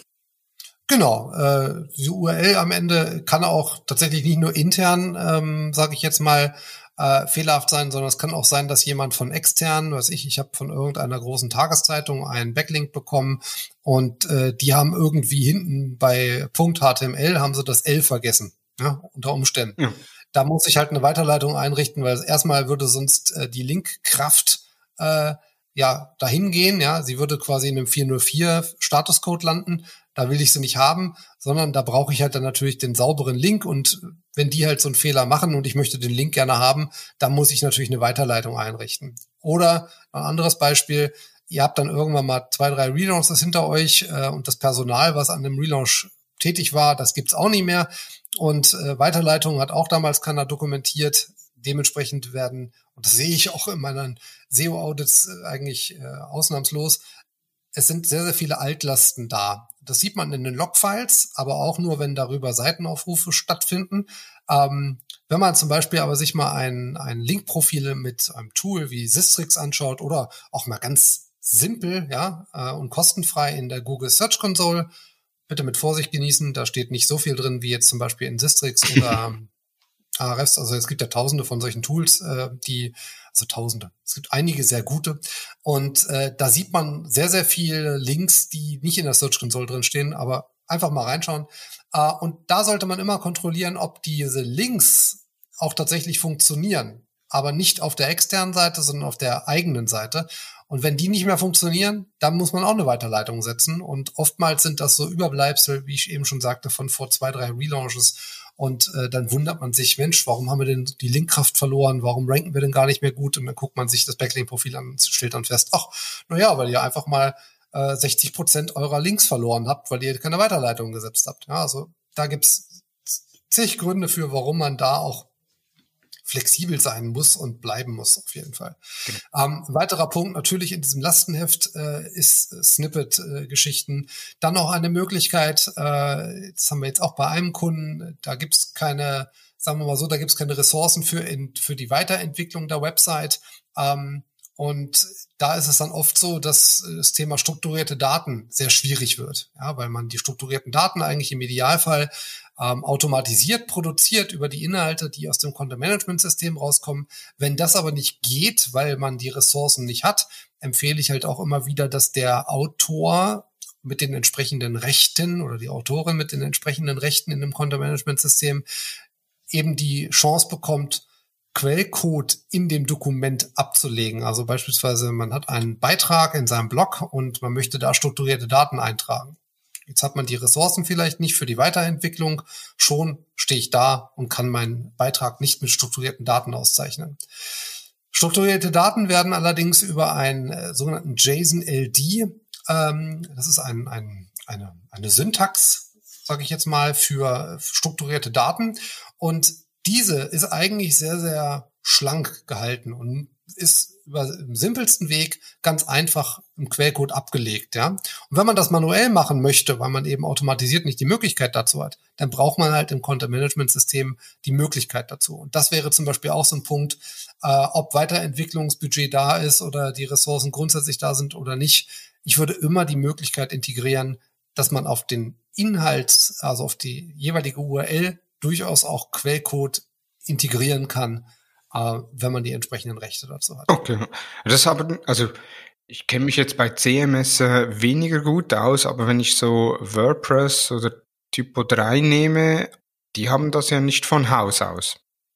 Genau, äh, die U R L am Ende kann auch tatsächlich nicht nur intern, ähm, sage ich jetzt mal, äh, fehlerhaft sein, sondern es kann auch sein, dass jemand von extern, weiß ich, ich habe von irgendeiner großen Tageszeitung einen Backlink bekommen und äh, die haben irgendwie hinten bei .html haben sie das L vergessen, ja, unter Umständen. Ja. Da muss ich halt eine Weiterleitung einrichten, weil erstmal würde sonst äh, die Linkkraft äh, ja dahin gehen, ja, sie würde quasi in einem vier null vier Statuscode landen. Da will ich sie nicht haben, sondern da brauche ich halt dann natürlich den sauberen Link und wenn die halt so einen Fehler machen und ich möchte den Link gerne haben, dann muss ich natürlich eine Weiterleitung einrichten. Oder ein anderes Beispiel, ihr habt dann irgendwann mal zwei, drei Relaunches hinter euch äh, und das Personal, was an dem Relaunch tätig war, das gibt's auch nicht mehr und äh, Weiterleitung hat auch damals keiner dokumentiert. Dementsprechend werden, und das sehe ich auch in meinen S E O-Audits äh, eigentlich äh, ausnahmslos, es sind sehr, sehr viele Altlasten da. Das sieht man in den Logfiles, aber auch nur, wenn darüber Seitenaufrufe stattfinden. Ähm, wenn man zum Beispiel aber sich mal ein, ein Linkprofil mit einem Tool wie Sistrix anschaut oder auch mal ganz simpel, ja, äh, und kostenfrei in der Google Search Console, bitte mit Vorsicht genießen, da steht nicht so viel drin wie jetzt zum Beispiel in Sistrix oder Ahrefs. Also es gibt ja tausende von solchen Tools, äh, die, also tausende. Es gibt einige sehr gute. Und äh, da sieht man sehr, sehr viele Links, die nicht in der Search Console drin stehen, aber einfach mal reinschauen. Äh, und da sollte man immer kontrollieren, ob diese Links auch tatsächlich funktionieren. Aber nicht auf der externen Seite, sondern auf der eigenen Seite. Und wenn die nicht mehr funktionieren, dann muss man auch eine Weiterleitung setzen. Und oftmals sind das so Überbleibsel, wie ich eben schon sagte, von vor zwei, drei Relaunches. Und äh, dann wundert man sich, Mensch, warum haben wir denn die Linkkraft verloren? Warum ranken wir denn gar nicht mehr gut? Und dann guckt man sich das Backlink-Profil an und stellt dann fest, ach, naja, weil ihr einfach mal äh, sechzig Prozent eurer Links verloren habt, weil ihr keine Weiterleitung gesetzt habt. Ja, also da gibt's zig Gründe für, warum man da auch flexibel sein muss und bleiben muss, auf jeden Fall. Genau. Ähm, ein weiterer Punkt natürlich in diesem Lastenheft äh, ist Snippet-Geschichten. Äh, Dann noch eine Möglichkeit, äh, das haben wir jetzt auch bei einem Kunden, da gibt's keine, sagen wir mal so, da gibt's keine Ressourcen für, in, für die Weiterentwicklung der Website. Ähm, und da ist es dann oft so, dass das Thema strukturierte Daten sehr schwierig wird, ja, weil man die strukturierten Daten eigentlich im Idealfall ähm, automatisiert produziert über die Inhalte, die aus dem Content-Management-System rauskommen. Wenn das aber nicht geht, weil man die Ressourcen nicht hat, empfehle ich halt auch immer wieder, dass der Autor mit den entsprechenden Rechten oder die Autorin mit den entsprechenden Rechten in dem Content-Management-System eben die Chance bekommt, Quellcode in dem Dokument abzulegen. Also beispielsweise, man hat einen Beitrag in seinem Blog und man möchte da strukturierte Daten eintragen. Jetzt hat man die Ressourcen vielleicht nicht für die Weiterentwicklung. Schon stehe ich da und kann meinen Beitrag nicht mit strukturierten Daten auszeichnen. Strukturierte Daten werden allerdings über einen äh, sogenannten JSON-L D, ähm, das ist ein, ein, eine, eine Syntax, sage ich jetzt mal, für strukturierte Daten. Und diese ist eigentlich sehr, sehr schlank gehalten und ist über im simpelsten Weg ganz einfach im Quellcode abgelegt, ja. Und wenn man das manuell machen möchte, weil man eben automatisiert nicht die Möglichkeit dazu hat, dann braucht man halt im Content-Management-System die Möglichkeit dazu. Und das wäre zum Beispiel auch so ein Punkt, äh, ob Weiterentwicklungsbudget da ist oder die Ressourcen grundsätzlich da sind oder nicht. Ich würde immer die Möglichkeit integrieren, dass man auf den Inhalt, also auf die jeweilige U R L durchaus auch Quellcode integrieren kann, äh, wenn man die entsprechenden Rechte dazu hat. Okay, das ist aber, also ich kenne mich jetzt bei C M S äh, weniger gut aus, aber wenn ich so WordPress oder Typo drei nehme, die haben das ja nicht von Haus aus.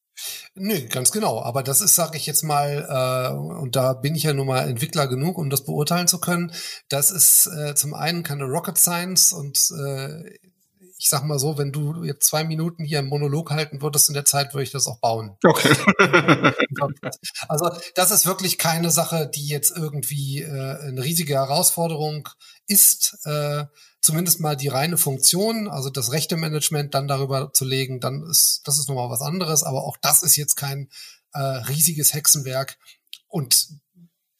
Nö, ganz genau. Aber das ist, sage ich jetzt mal, äh, und da bin ich ja nun mal Entwickler genug, um das beurteilen zu können. Das ist äh, zum einen keine Rocket Science und äh, ich sag mal so, wenn du jetzt zwei Minuten hier einen Monolog halten würdest in der Zeit, würde ich das auch bauen. Okay. Also das ist wirklich keine Sache, die jetzt irgendwie äh, eine riesige Herausforderung ist. Äh, zumindest mal die reine Funktion, also das Rechte-Management dann darüber zu legen, dann ist das ist nochmal was anderes. Aber auch das ist jetzt kein äh, riesiges Hexenwerk. Und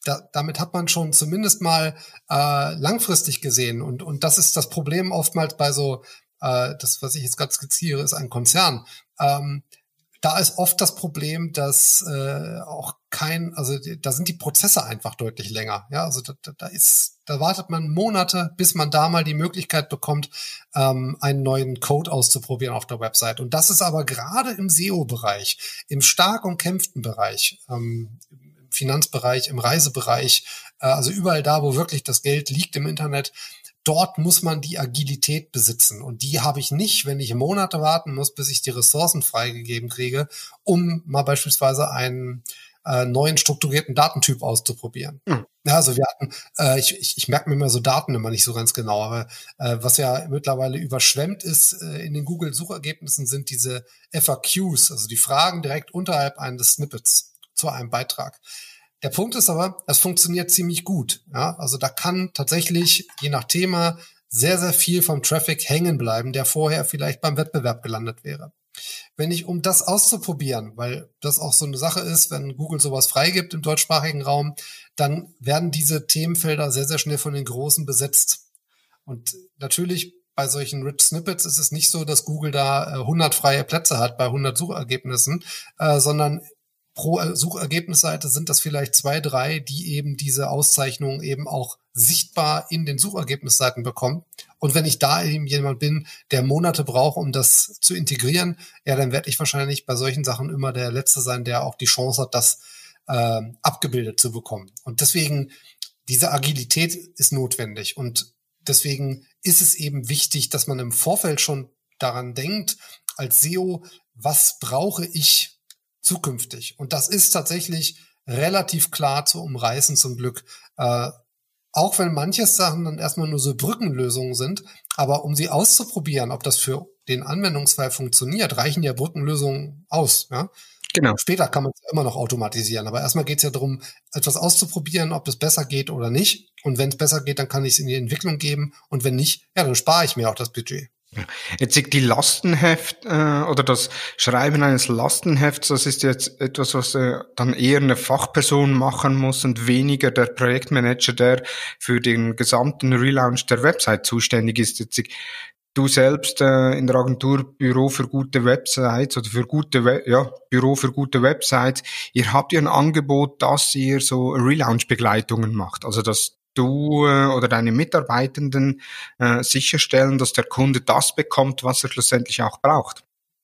da, damit hat man schon zumindest mal äh, langfristig gesehen. Und, und das ist das Problem oftmals bei so, äh, das, was ich jetzt gerade skizziere, ist ein Konzern. Ähm, Da ist oft das Problem, dass äh, auch kein, also da sind die Prozesse einfach deutlich länger. Ja, also da, da ist, da wartet man Monate, bis man da mal die Möglichkeit bekommt, ähm, einen neuen Code auszuprobieren auf der Website. Und das ist aber gerade im S E O-Bereich, im stark umkämpften Bereich, ähm, im Finanzbereich, im Reisebereich, äh, also überall da, wo wirklich das Geld liegt im Internet. Dort muss man die Agilität besitzen. Und die habe ich nicht, wenn ich Monate warten muss, bis ich die Ressourcen freigegeben kriege, um mal beispielsweise einen äh, neuen strukturierten Datentyp auszuprobieren. Mhm. Ja, also wir hatten, äh, ich, ich, ich merke mir immer so Daten immer nicht so ganz genau, aber äh, was ja mittlerweile überschwemmt ist äh, in den Google-Suchergebnissen sind diese F A Qs, also die Fragen direkt unterhalb eines Snippets zu einem Beitrag. Der Punkt ist aber, es funktioniert ziemlich gut. Ja? Also da kann tatsächlich, je nach Thema, sehr, sehr viel vom Traffic hängen bleiben, der vorher vielleicht beim Wettbewerb gelandet wäre. Wenn ich, um das auszuprobieren, weil das auch so eine Sache ist, wenn Google sowas freigibt im deutschsprachigen Raum, dann werden diese Themenfelder sehr, sehr schnell von den Großen besetzt. Und natürlich bei solchen Rich Snippets ist es nicht so, dass Google da äh, hundert freie Plätze hat bei hundert Suchergebnissen, äh, sondern pro Suchergebnisseite sind das vielleicht zwei, drei, die eben diese Auszeichnung eben auch sichtbar in den Suchergebnisseiten bekommen. Und wenn ich da eben jemand bin, der Monate braucht, um das zu integrieren, ja, dann werde ich wahrscheinlich bei solchen Sachen immer der Letzte sein, der auch die Chance hat, das äh, abgebildet zu bekommen. Und deswegen, diese Agilität ist notwendig. Und deswegen ist es eben wichtig, dass man im Vorfeld schon daran denkt, als S E O, was brauche ich zukünftig. Und das ist tatsächlich relativ klar zu umreißen zum Glück. Äh, auch wenn manche Sachen dann erstmal nur so Brückenlösungen sind, aber um sie auszuprobieren, ob das für den Anwendungsfall funktioniert, reichen ja Brückenlösungen aus. Ja? Genau. Später kann man es immer noch automatisieren, aber erstmal geht es ja darum, etwas auszuprobieren, ob das besser geht oder nicht. Und wenn es besser geht, dann kann ich es in die Entwicklung geben. Und wenn nicht, ja, dann spare ich mir auch das Budget. Jetzt die Lastenheft äh, oder das Schreiben eines Lastenhefts, das ist jetzt etwas, was äh, dann eher eine Fachperson machen muss und weniger der Projektmanager, der für den gesamten Relaunch der Website zuständig ist. Jetzt du selbst äh, in der Agentur Büro für gute Websites oder für gute We- ja Büro für gute Websites, ihr habt ja ein Angebot, dass ihr so Relaunch-Begleitungen macht, also dass du äh, oder deine Mitarbeitenden äh, sicherstellen, dass der Kunde das bekommt, was er schlussendlich auch braucht.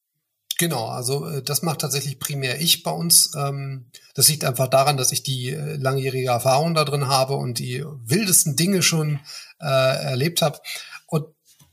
Genau, also äh, das macht tatsächlich primär ich bei uns. Ähm, das liegt einfach daran, dass ich die äh, langjährige Erfahrung da drin habe und die wildesten Dinge schon äh, erlebt habe. Und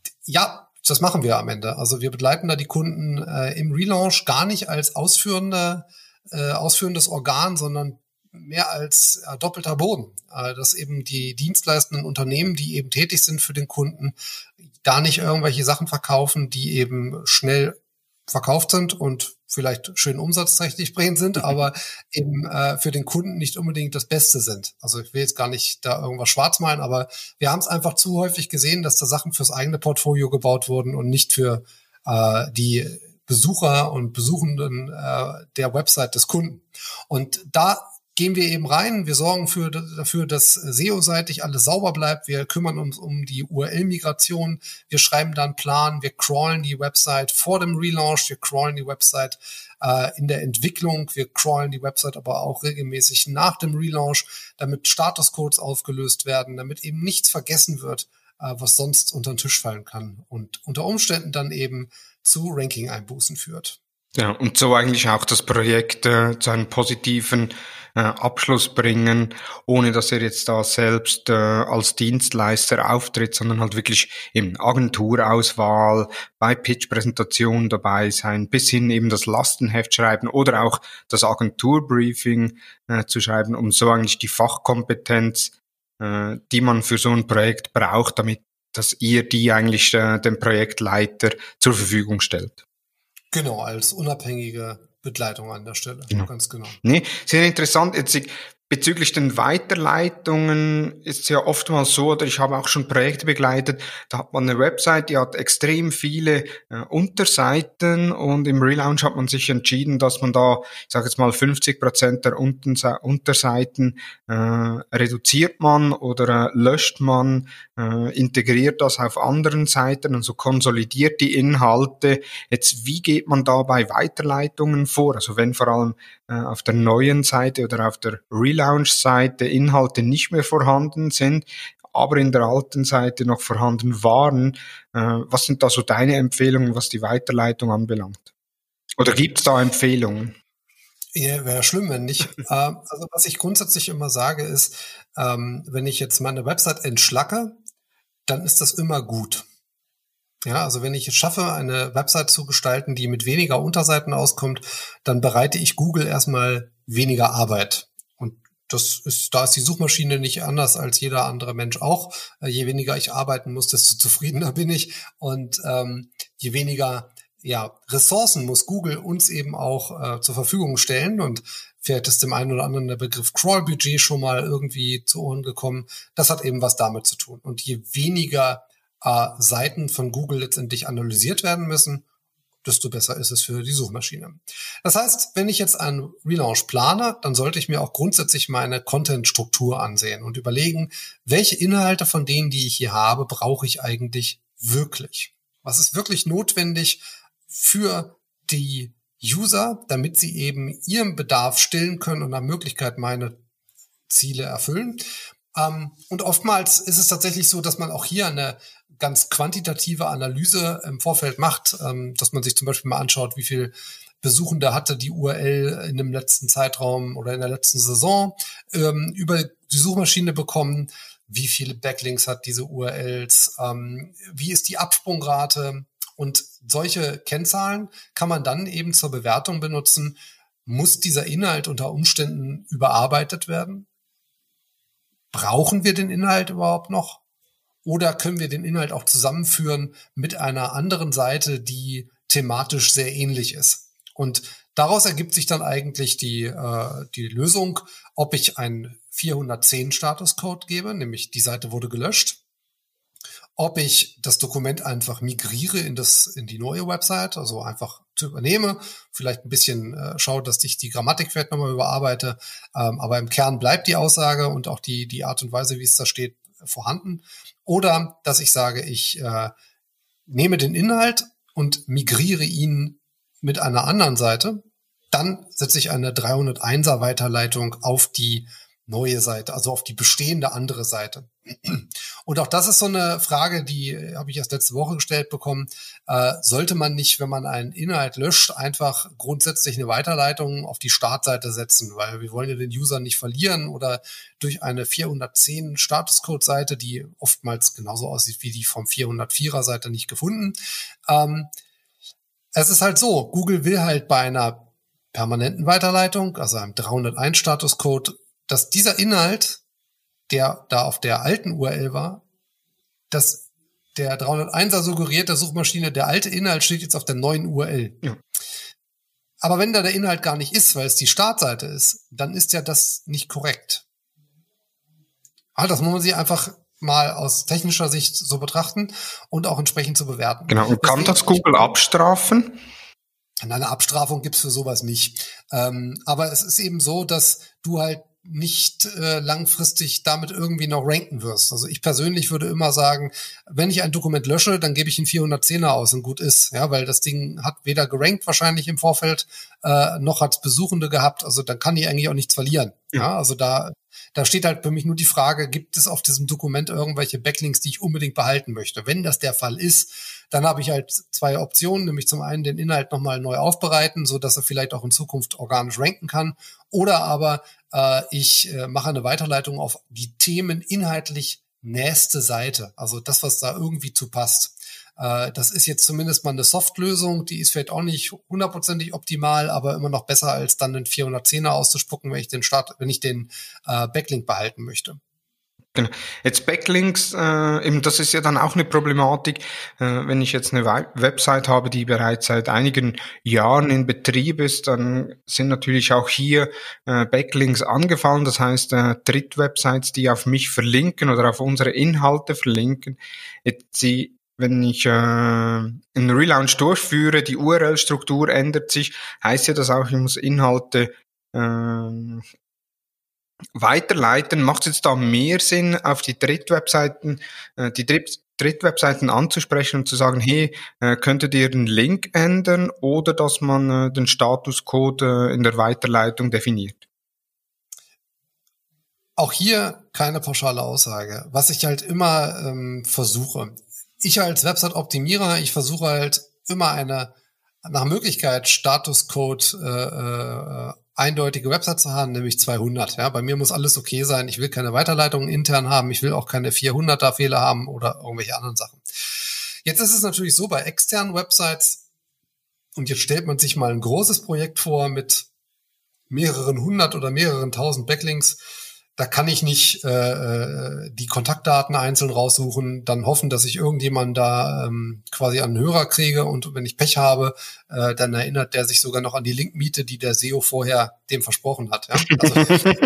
ja, das machen wir am Ende. Also wir begleiten da die Kunden äh, im Relaunch gar nicht als ausführende, äh, ausführendes Organ, sondern mehr als äh, doppelter Boden, äh, dass eben die dienstleistenden Unternehmen, die eben tätig sind für den Kunden, da nicht irgendwelche Sachen verkaufen, die eben schnell verkauft sind und vielleicht schön umsatzträchtig bringend sind, aber eben äh, für den Kunden nicht unbedingt das Beste sind. Also ich will jetzt gar nicht da irgendwas schwarz malen, aber wir haben es einfach zu häufig gesehen, dass da Sachen fürs eigene Portfolio gebaut wurden und nicht für äh, die Besucher und Besuchenden äh, der Website des Kunden. Und da gehen wir eben rein, wir sorgen für, dafür, dass S E O-seitig alles sauber bleibt, wir kümmern uns um die U R L-Migration, wir schreiben dann einen Plan, wir crawlen die Website vor dem Relaunch, wir crawlen die Website äh, in der Entwicklung, wir crawlen die Website aber auch regelmäßig nach dem Relaunch, damit Statuscodes aufgelöst werden, damit eben nichts vergessen wird, äh, was sonst unter den Tisch fallen kann und unter Umständen dann eben zu Ranking-Einbußen führt. Ja, und so eigentlich auch das Projekt äh, zu einem positiven äh, Abschluss bringen, ohne dass er jetzt da selbst äh, als Dienstleister auftritt, sondern halt wirklich eben Agenturauswahl, bei Pitch-Präsentation dabei sein, bis hin eben das Lastenheft schreiben oder auch das Agenturbriefing äh, zu schreiben, um so eigentlich die Fachkompetenz, äh, die man für so ein Projekt braucht, damit dass ihr die eigentlich äh, dem Projektleiter zur Verfügung stellt. Genau, als unabhängige Begleitung an der Stelle, genau. Ganz genau. Nee, sehr interessant. Jetzt Bezüglich den Weiterleitungen ist es ja oftmals so, oder ich habe auch schon Projekte begleitet, da hat man eine Website, die hat extrem viele äh, Unterseiten und im Relaunch hat man sich entschieden, dass man da, ich sage jetzt mal fünfzig Prozent der Unterse- Unterseiten äh, reduziert man oder äh, löscht man, äh, integriert das auf anderen Seiten und so konsolidiert die Inhalte. Jetzt, wie geht man da bei Weiterleitungen vor? Also wenn vor allem äh, auf der neuen Seite oder auf der Relaunch-Seite Inhalte nicht mehr vorhanden sind, aber in der alten Seite noch vorhanden waren. Äh, was sind da so deine Empfehlungen, was die Weiterleitung anbelangt? Oder gibt es da Empfehlungen? Ja, wäre schlimm, wenn nicht. ähm, also was ich grundsätzlich immer sage ist, ähm, wenn ich jetzt meine Website entschlacke, dann ist das immer gut. Ja, also wenn ich es schaffe, eine Website zu gestalten, die mit weniger Unterseiten auskommt, dann bereite ich Google erstmal weniger Arbeit. Und das ist, da ist die Suchmaschine nicht anders als jeder andere Mensch auch. Äh, je weniger ich arbeiten muss, desto zufriedener bin ich. Und ähm, je weniger ja, Ressourcen muss Google uns eben auch äh, zur Verfügung stellen. Und vielleicht ist dem einen oder anderen der Begriff Crawl-Budget schon mal irgendwie zu Ohren gekommen. Das hat eben was damit zu tun. Und je weniger äh, Seiten von Google letztendlich analysiert werden müssen, desto besser ist es für die Suchmaschine. Das heißt, wenn ich jetzt einen Relaunch plane, dann sollte ich mir auch grundsätzlich meine Content-Struktur ansehen und überlegen, welche Inhalte von denen, die ich hier habe, brauche ich eigentlich wirklich? Was ist wirklich notwendig für die User, damit sie eben ihren Bedarf stillen können und nach Möglichkeit meine Ziele erfüllen? Ähm, und oftmals ist es tatsächlich so, dass man auch hier eine ganz quantitative Analyse im Vorfeld macht, ähm, dass man sich zum Beispiel mal anschaut, wie viel Besuchende hatte die U R L in dem letzten Zeitraum oder in der letzten Saison ähm, über die Suchmaschine bekommen, wie viele Backlinks hat diese U R Ls, ähm, wie ist die Absprungrate, und solche Kennzahlen kann man dann eben zur Bewertung benutzen. Muss dieser Inhalt unter Umständen überarbeitet werden? Brauchen wir den Inhalt überhaupt noch? Oder können wir den Inhalt auch zusammenführen mit einer anderen Seite, die thematisch sehr ähnlich ist? Und daraus ergibt sich dann eigentlich die, äh, die Lösung, ob ich einen vierhundertzehn Statuscode gebe, nämlich die Seite wurde gelöscht, ob ich das Dokument einfach migriere in das in die neue Website, also einfach zu übernehme, vielleicht ein bisschen äh, schaue, dass ich die Grammatik vielleicht nochmal überarbeite, ähm, aber im Kern bleibt die Aussage und auch die die Art und Weise, wie es da steht, vorhanden. Oder dass ich sage, ich äh, nehme den Inhalt und migriere ihn mit einer anderen Seite, dann setze ich eine dreihunderteiner Weiterleitung auf die neue Seite, also auf die bestehende andere Seite. Und auch das ist so eine Frage, die habe ich erst letzte Woche gestellt bekommen. Äh, sollte man nicht, wenn man einen Inhalt löscht, einfach grundsätzlich eine Weiterleitung auf die Startseite setzen, weil wir wollen ja den User nicht verlieren oder durch eine vierhundertzehn Statuscode-Seite, die oftmals genauso aussieht wie die vom vierhundertvierer Seite, nicht gefunden. Ähm, es ist halt so, Google will halt bei einer permanenten Weiterleitung, also einem dreihunderteins Statuscode, dass dieser Inhalt, der da auf der alten U R L war, dass der dreihunderteiner suggeriert der Suchmaschine, der alte Inhalt steht jetzt auf der neuen U R L. Ja. Aber wenn da der Inhalt gar nicht ist, weil es die Startseite ist, dann ist ja das nicht korrekt. Also das muss man sich einfach mal aus technischer Sicht so betrachten und auch entsprechend zu bewerten. Genau, und kann das Google abstrafen? Eine Abstrafung gibt's für sowas nicht. Ähm, aber es ist eben so, dass du halt nicht äh, langfristig damit irgendwie noch ranken wirst. Also ich persönlich würde immer sagen, wenn ich ein Dokument lösche, dann gebe ich einen vierhundertzehner aus und gut ist, ja, weil das Ding hat weder gerankt wahrscheinlich im Vorfeld, äh, noch hat Besuchende gehabt, also dann kann ich eigentlich auch nichts verlieren. Ja, ja also da da steht halt für mich nur die Frage, gibt es auf diesem Dokument irgendwelche Backlinks, die ich unbedingt behalten möchte? Wenn das der Fall ist, dann habe ich halt zwei Optionen, nämlich zum einen den Inhalt nochmal neu aufbereiten, so dass er vielleicht auch in Zukunft organisch ranken kann, oder aber äh, ich äh, mache eine Weiterleitung auf die Themen inhaltlich nächste Seite, also das, was da irgendwie zu passt. Äh, das ist jetzt zumindest mal eine Soft-Lösung, die ist vielleicht auch nicht hundertprozentig optimal, aber immer noch besser, als dann den vierhundertzehner auszuspucken, wenn ich den Start, wenn ich den äh, Backlink behalten möchte. Genau. Jetzt Backlinks, äh, eben das ist ja dann auch eine Problematik, äh, wenn ich jetzt eine Website habe, die bereits seit einigen Jahren in Betrieb ist, dann sind natürlich auch hier äh, Backlinks angefallen, das heißt äh, Drittwebsites, die auf mich verlinken oder auf unsere Inhalte verlinken. Jetzt sie Wenn ich äh, einen Relaunch durchführe, die U R L-Struktur ändert sich, heißt ja das auch, ich muss Inhalte äh, weiterleiten. Macht es jetzt da mehr Sinn, auf die Drittwebseiten, äh, die Dritt Drittwebseiten anzusprechen und zu sagen, hey, äh, könntet ihr den Link ändern, oder dass man äh, den Statuscode äh, in der Weiterleitung definiert? Auch hier keine pauschale Aussage. Was ich halt immer ähm, versuche, ich als Website-Optimierer, ich versuche halt immer eine nach Möglichkeit Statuscode äh, äh, eindeutige Website zu haben, nämlich zweihundert. Ja, bei mir muss alles okay sein. Ich will keine Weiterleitungen intern haben. Ich will auch keine vierhunderter Fehler haben oder irgendwelche anderen Sachen. Jetzt ist es natürlich so, bei externen Websites, und jetzt stellt man sich mal ein großes Projekt vor mit mehreren hundert oder mehreren tausend Backlinks. Da kann ich nicht äh, die Kontaktdaten einzeln raussuchen, dann hoffen, dass ich irgendjemanden da ähm, quasi an den Hörer kriege, und wenn ich Pech habe, äh, dann erinnert der sich sogar noch an die Linkmiete, die der S E O vorher dem versprochen hat. Ja? Also,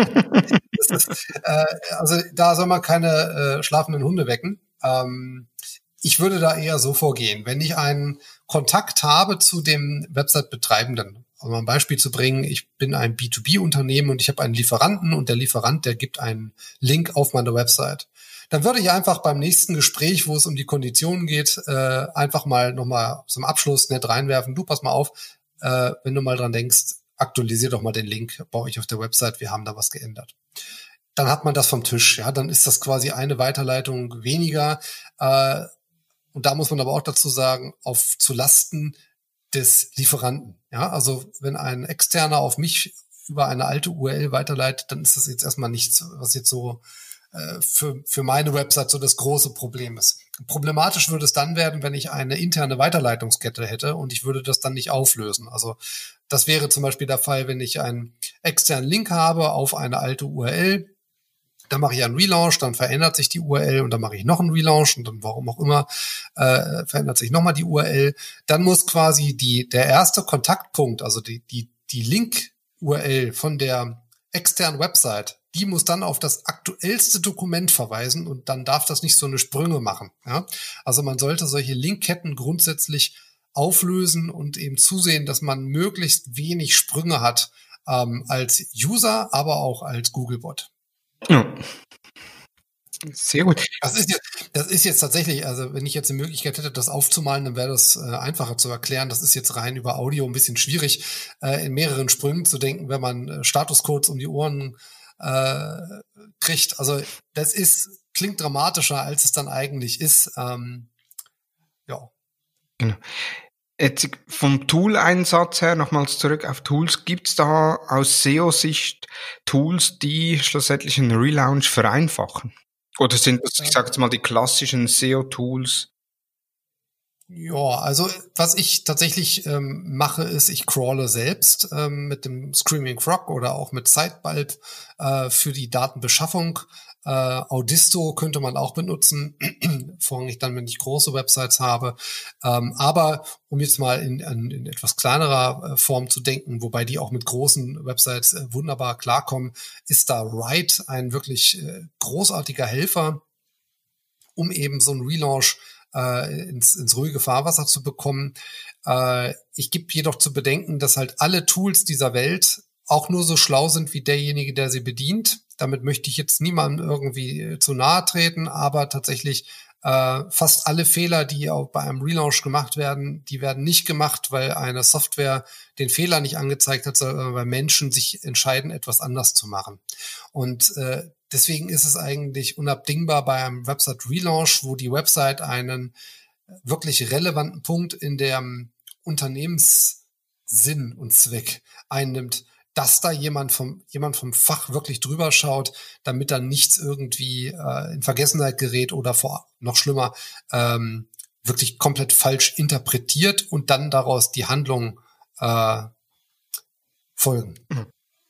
das ist, äh, also da soll man keine äh, schlafenden Hunde wecken. Ähm, ich würde da eher so vorgehen, wenn ich einen Kontakt habe zu dem Website-Betreibenden. Um ein Beispiel zu bringen, ich bin ein B zwei B-Unternehmen und ich habe einen Lieferanten, und der Lieferant, der gibt einen Link auf meine Website. Dann würde ich einfach beim nächsten Gespräch, wo es um die Konditionen geht, äh, einfach mal nochmal zum Abschluss nett reinwerfen. Du, pass mal auf, äh, wenn du mal dran denkst, aktualisier doch mal den Link bei euch auf der Website, wir haben da was geändert. Dann hat man das vom Tisch, ja, dann ist das quasi eine Weiterleitung weniger. Äh, und da muss man aber auch dazu sagen, auf zu Lasten des Lieferanten. Ja, also wenn ein Externer auf mich über eine alte U R L weiterleitet, dann ist das jetzt erstmal nichts, was jetzt so äh, für, für meine Website so das große Problem ist. Problematisch würde es dann werden, wenn ich eine interne Weiterleitungskette hätte und ich würde das dann nicht auflösen. Also das wäre zum Beispiel der Fall, wenn ich einen externen Link habe auf eine alte U R L. Dann mache ich einen Relaunch, dann verändert sich die U R L, und dann mache ich noch einen Relaunch, und dann warum auch immer äh, verändert sich nochmal die U R L. Dann muss quasi die der erste Kontaktpunkt, also die die die Link-U R L von der externen Website, die muss dann auf das aktuellste Dokument verweisen, und dann darf das nicht so eine Sprünge machen. Ja? Also man sollte solche Linkketten grundsätzlich auflösen und eben zusehen, dass man möglichst wenig Sprünge hat ähm, als User, aber auch als Googlebot. Ja. Sehr gut. Das ist jetzt, das ist jetzt tatsächlich, also wenn ich jetzt die Möglichkeit hätte, das aufzumalen, dann wäre das äh, einfacher zu erklären. Das ist jetzt rein über Audio ein bisschen schwierig, äh, in mehreren Sprüngen zu denken, wenn man äh, Statuscodes um die Ohren äh, kriegt. Also das ist, klingt dramatischer, als es dann eigentlich ist. Ähm, ja. Genau. Jetzt vom Tool-Einsatz her, nochmals zurück auf Tools, gibt es da aus S E O-Sicht Tools, die schlussendlich einen Relaunch vereinfachen? Oder sind das, ich sage jetzt mal, die klassischen S E O-Tools? Ja, also was ich tatsächlich ähm, mache, ist, ich crawle selbst ähm, mit dem Screaming Frog oder auch mit Sitebulb äh, für die Datenbeschaffung. Äh, Audisto könnte man auch benutzen, vorrangig dann, wenn ich große Websites habe. Ähm, aber um jetzt mal in, in, in etwas kleinerer äh, Form zu denken, wobei die auch mit großen Websites äh, wunderbar klarkommen, ist da Write ein wirklich äh, großartiger Helfer, um eben so einen Relaunch äh, ins, ins ruhige Fahrwasser zu bekommen. Äh, ich gebe jedoch zu bedenken, dass halt alle Tools dieser Welt auch nur so schlau sind wie derjenige, der sie bedient. Damit möchte ich jetzt niemandem irgendwie zu nahe treten, aber tatsächlich äh, fast alle Fehler, die auch bei einem Relaunch gemacht werden, die werden nicht gemacht, weil eine Software den Fehler nicht angezeigt hat, sondern weil Menschen sich entscheiden, etwas anders zu machen. Und äh, deswegen ist es eigentlich unabdingbar bei einem Website-Relaunch, wo die Website einen wirklich relevanten Punkt in dem Unternehmenssinn und Zweck einnimmt, dass da jemand vom jemand vom Fach wirklich drüber schaut, damit dann nichts irgendwie äh, in Vergessenheit gerät oder vor noch schlimmer ähm, wirklich komplett falsch interpretiert und dann daraus die Handlungen äh, folgen.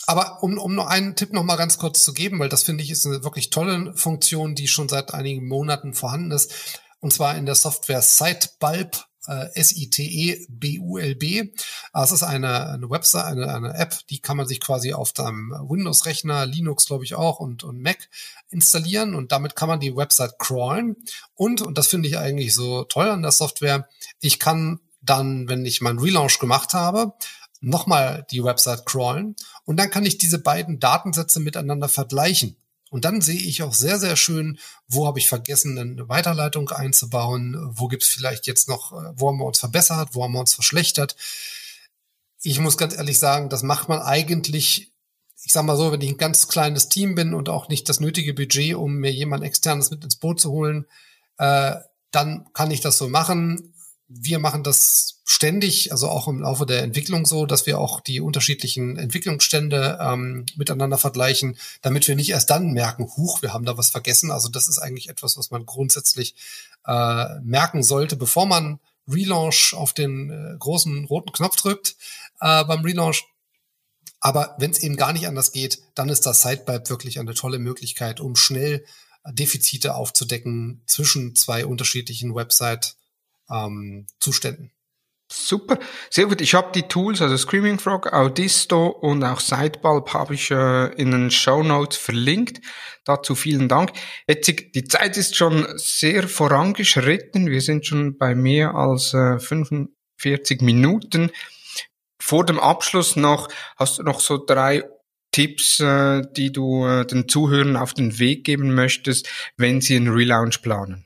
Aber um, um noch einen Tipp noch mal ganz kurz zu geben, weil das finde ich ist eine wirklich tolle Funktion, die schon seit einigen Monaten vorhanden ist. Und zwar in der Software Sitebulb, äh, S I T E B U L B. Das ist eine, eine Website, eine, eine App, die kann man sich quasi auf deinem Windows-Rechner, Linux glaube ich auch und, und Mac installieren. Und damit kann man die Website crawlen. Und, und das finde ich eigentlich so toll an der Software, ich kann dann, wenn ich meinen Relaunch gemacht habe, nochmal die Website crawlen und dann kann ich diese beiden Datensätze miteinander vergleichen. Und dann sehe ich auch sehr, sehr schön, wo habe ich vergessen, eine Weiterleitung einzubauen, wo gibt es vielleicht jetzt noch, wo haben wir uns verbessert, wo haben wir uns verschlechtert. Ich muss ganz ehrlich sagen, das macht man eigentlich, ich sag mal so, wenn ich ein ganz kleines Team bin und auch nicht das nötige Budget, um mir jemand Externes mit ins Boot zu holen, äh, dann kann ich das so machen. Wir machen das ständig, also auch im Laufe der Entwicklung so, dass wir auch die unterschiedlichen Entwicklungsstände ähm, miteinander vergleichen, damit wir nicht erst dann merken, huch, wir haben da was vergessen. Also das ist eigentlich etwas, was man grundsätzlich äh, merken sollte, bevor man Relaunch auf den äh, großen roten Knopf drückt äh, beim Relaunch. Aber wenn es eben gar nicht anders geht, dann ist das Sitebulb wirklich eine tolle Möglichkeit, um schnell Defizite aufzudecken zwischen zwei unterschiedlichen Website Ähm, Zuständen. Super, sehr gut. Ich habe die Tools, also Screaming Frog, Audisto und auch Sitebulb habe ich äh, in den Shownotes verlinkt. Dazu vielen Dank. Jetzt, die Zeit ist schon sehr vorangeschritten. Wir sind schon bei mehr als äh, fünfundvierzig Minuten. Vor dem Abschluss noch, hast du noch so drei Tipps, äh, die du äh, den Zuhörern auf den Weg geben möchtest, wenn sie einen Relaunch planen?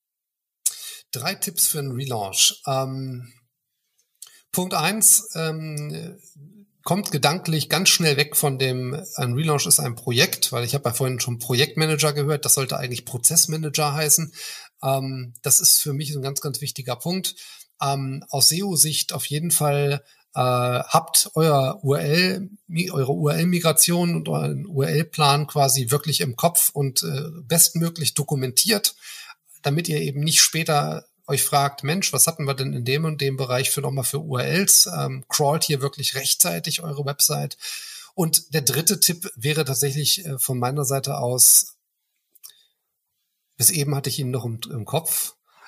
Drei Tipps für einen Relaunch. Ähm, Punkt eins, ähm, kommt gedanklich ganz schnell weg von dem, ein Relaunch ist ein Projekt, weil ich habe ja vorhin schon Projektmanager gehört, das sollte eigentlich Prozessmanager heißen. Ähm, das ist für mich ein ganz, ganz wichtiger Punkt. Ähm, aus S E O-Sicht auf jeden Fall äh, habt euer U R L, eure U R L-Migration und euren U R L-Plan quasi wirklich im Kopf und äh, bestmöglich dokumentiert, damit ihr eben nicht später euch fragt, Mensch, was hatten wir denn in dem und dem Bereich für nochmal für U R Ls? Ähm, crawlt hier wirklich rechtzeitig eure Website? Und der dritte Tipp wäre tatsächlich äh, von meiner Seite aus, bis eben hatte ich ihn noch im, im Kopf,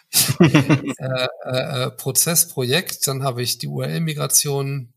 äh, äh, Prozess, Projekt, dann habe ich die U R L-Migration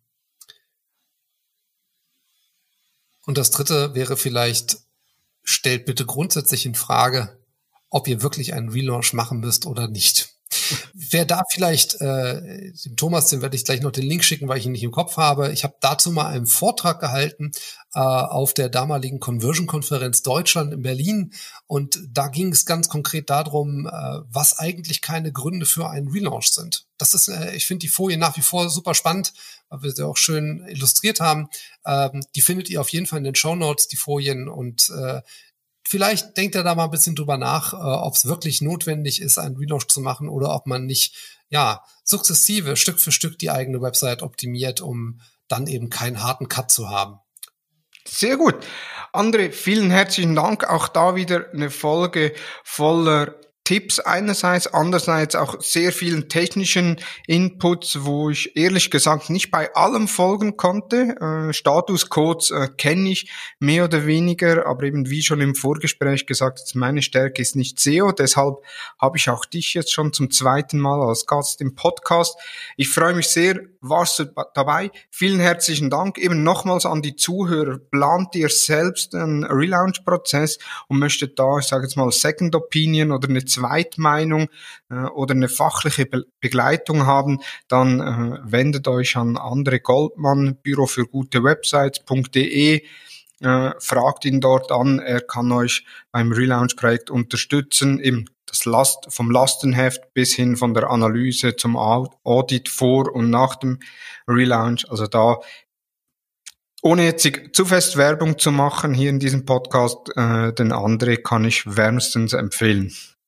und das dritte wäre vielleicht, stellt bitte grundsätzlich in Frage, ob ihr wirklich einen Relaunch machen müsst oder nicht. Wer da vielleicht, äh, dem Thomas, dem werde ich gleich noch den Link schicken, weil ich ihn nicht im Kopf habe. Ich habe dazu mal einen Vortrag gehalten äh, auf der damaligen Conversion-Konferenz Deutschland in Berlin. Und da ging es ganz konkret darum, äh, was eigentlich keine Gründe für einen Relaunch sind. Das ist, äh, ich finde die Folie nach wie vor super spannend, weil wir sie auch schön illustriert haben. Ähm, die findet ihr auf jeden Fall in den Shownotes, die Folien, und äh, vielleicht denkt er da mal ein bisschen drüber nach, äh, ob es wirklich notwendig ist, einen Relaunch zu machen oder ob man nicht, ja, sukzessive, Stück für Stück die eigene Website optimiert, um dann eben keinen harten Cut zu haben. Sehr gut. André, vielen herzlichen Dank. Auch da wieder eine Folge voller Tipps einerseits, andererseits auch sehr vielen technischen Inputs, wo ich ehrlich gesagt nicht bei allem folgen konnte. Äh, Statuscodes äh, kenne ich mehr oder weniger, aber eben wie schon im Vorgespräch gesagt, meine Stärke ist nicht S E O, deshalb habe ich auch dich jetzt schon zum zweiten Mal als Gast im Podcast. Ich freue mich sehr, warst du dabei. Vielen herzlichen Dank. Eben nochmals an die Zuhörer, plant ihr selbst einen Relaunch-Prozess und möchtet da, ich sage jetzt mal, Second Opinion oder eine Zweitmeinung äh, oder eine fachliche Be- Begleitung haben, dann äh, wendet euch an André Goldmann, Büro für gute Websites punkt de, äh, fragt ihn dort an, er kann euch beim Relaunch-Projekt unterstützen, eben das Last, vom Lastenheft bis hin von der Analyse zum Audit vor und nach dem Relaunch, also da ohne jetzt zu fest Werbung zu machen hier in diesem Podcast, äh, den André kann ich wärmstens empfehlen.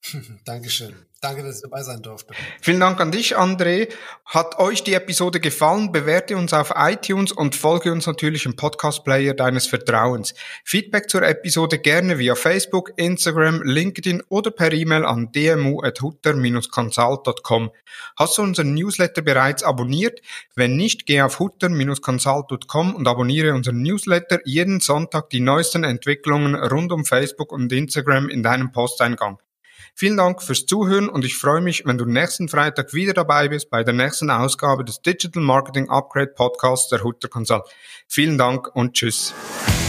Dankeschön. Danke, dass ich dabei sein durfte. Vielen Dank an dich, André. Hat euch die Episode gefallen? Bewerte uns auf iTunes und folge uns natürlich im Podcast-Player deines Vertrauens. Feedback zur Episode gerne via Facebook, Instagram, LinkedIn oder per E-Mail an d m u at hutter dash consult dot com. Hast du unseren Newsletter bereits abonniert? Wenn nicht, geh auf hutter dash consult dot com und abonniere unseren Newsletter. Jeden Sonntag die neuesten Entwicklungen rund um Facebook und Instagram in deinem Posteingang. Vielen Dank fürs Zuhören und ich freue mich, wenn du nächsten Freitag wieder dabei bist bei der nächsten Ausgabe des Digital Marketing Upgrade Podcasts der Hutter Consult. Vielen Dank und tschüss.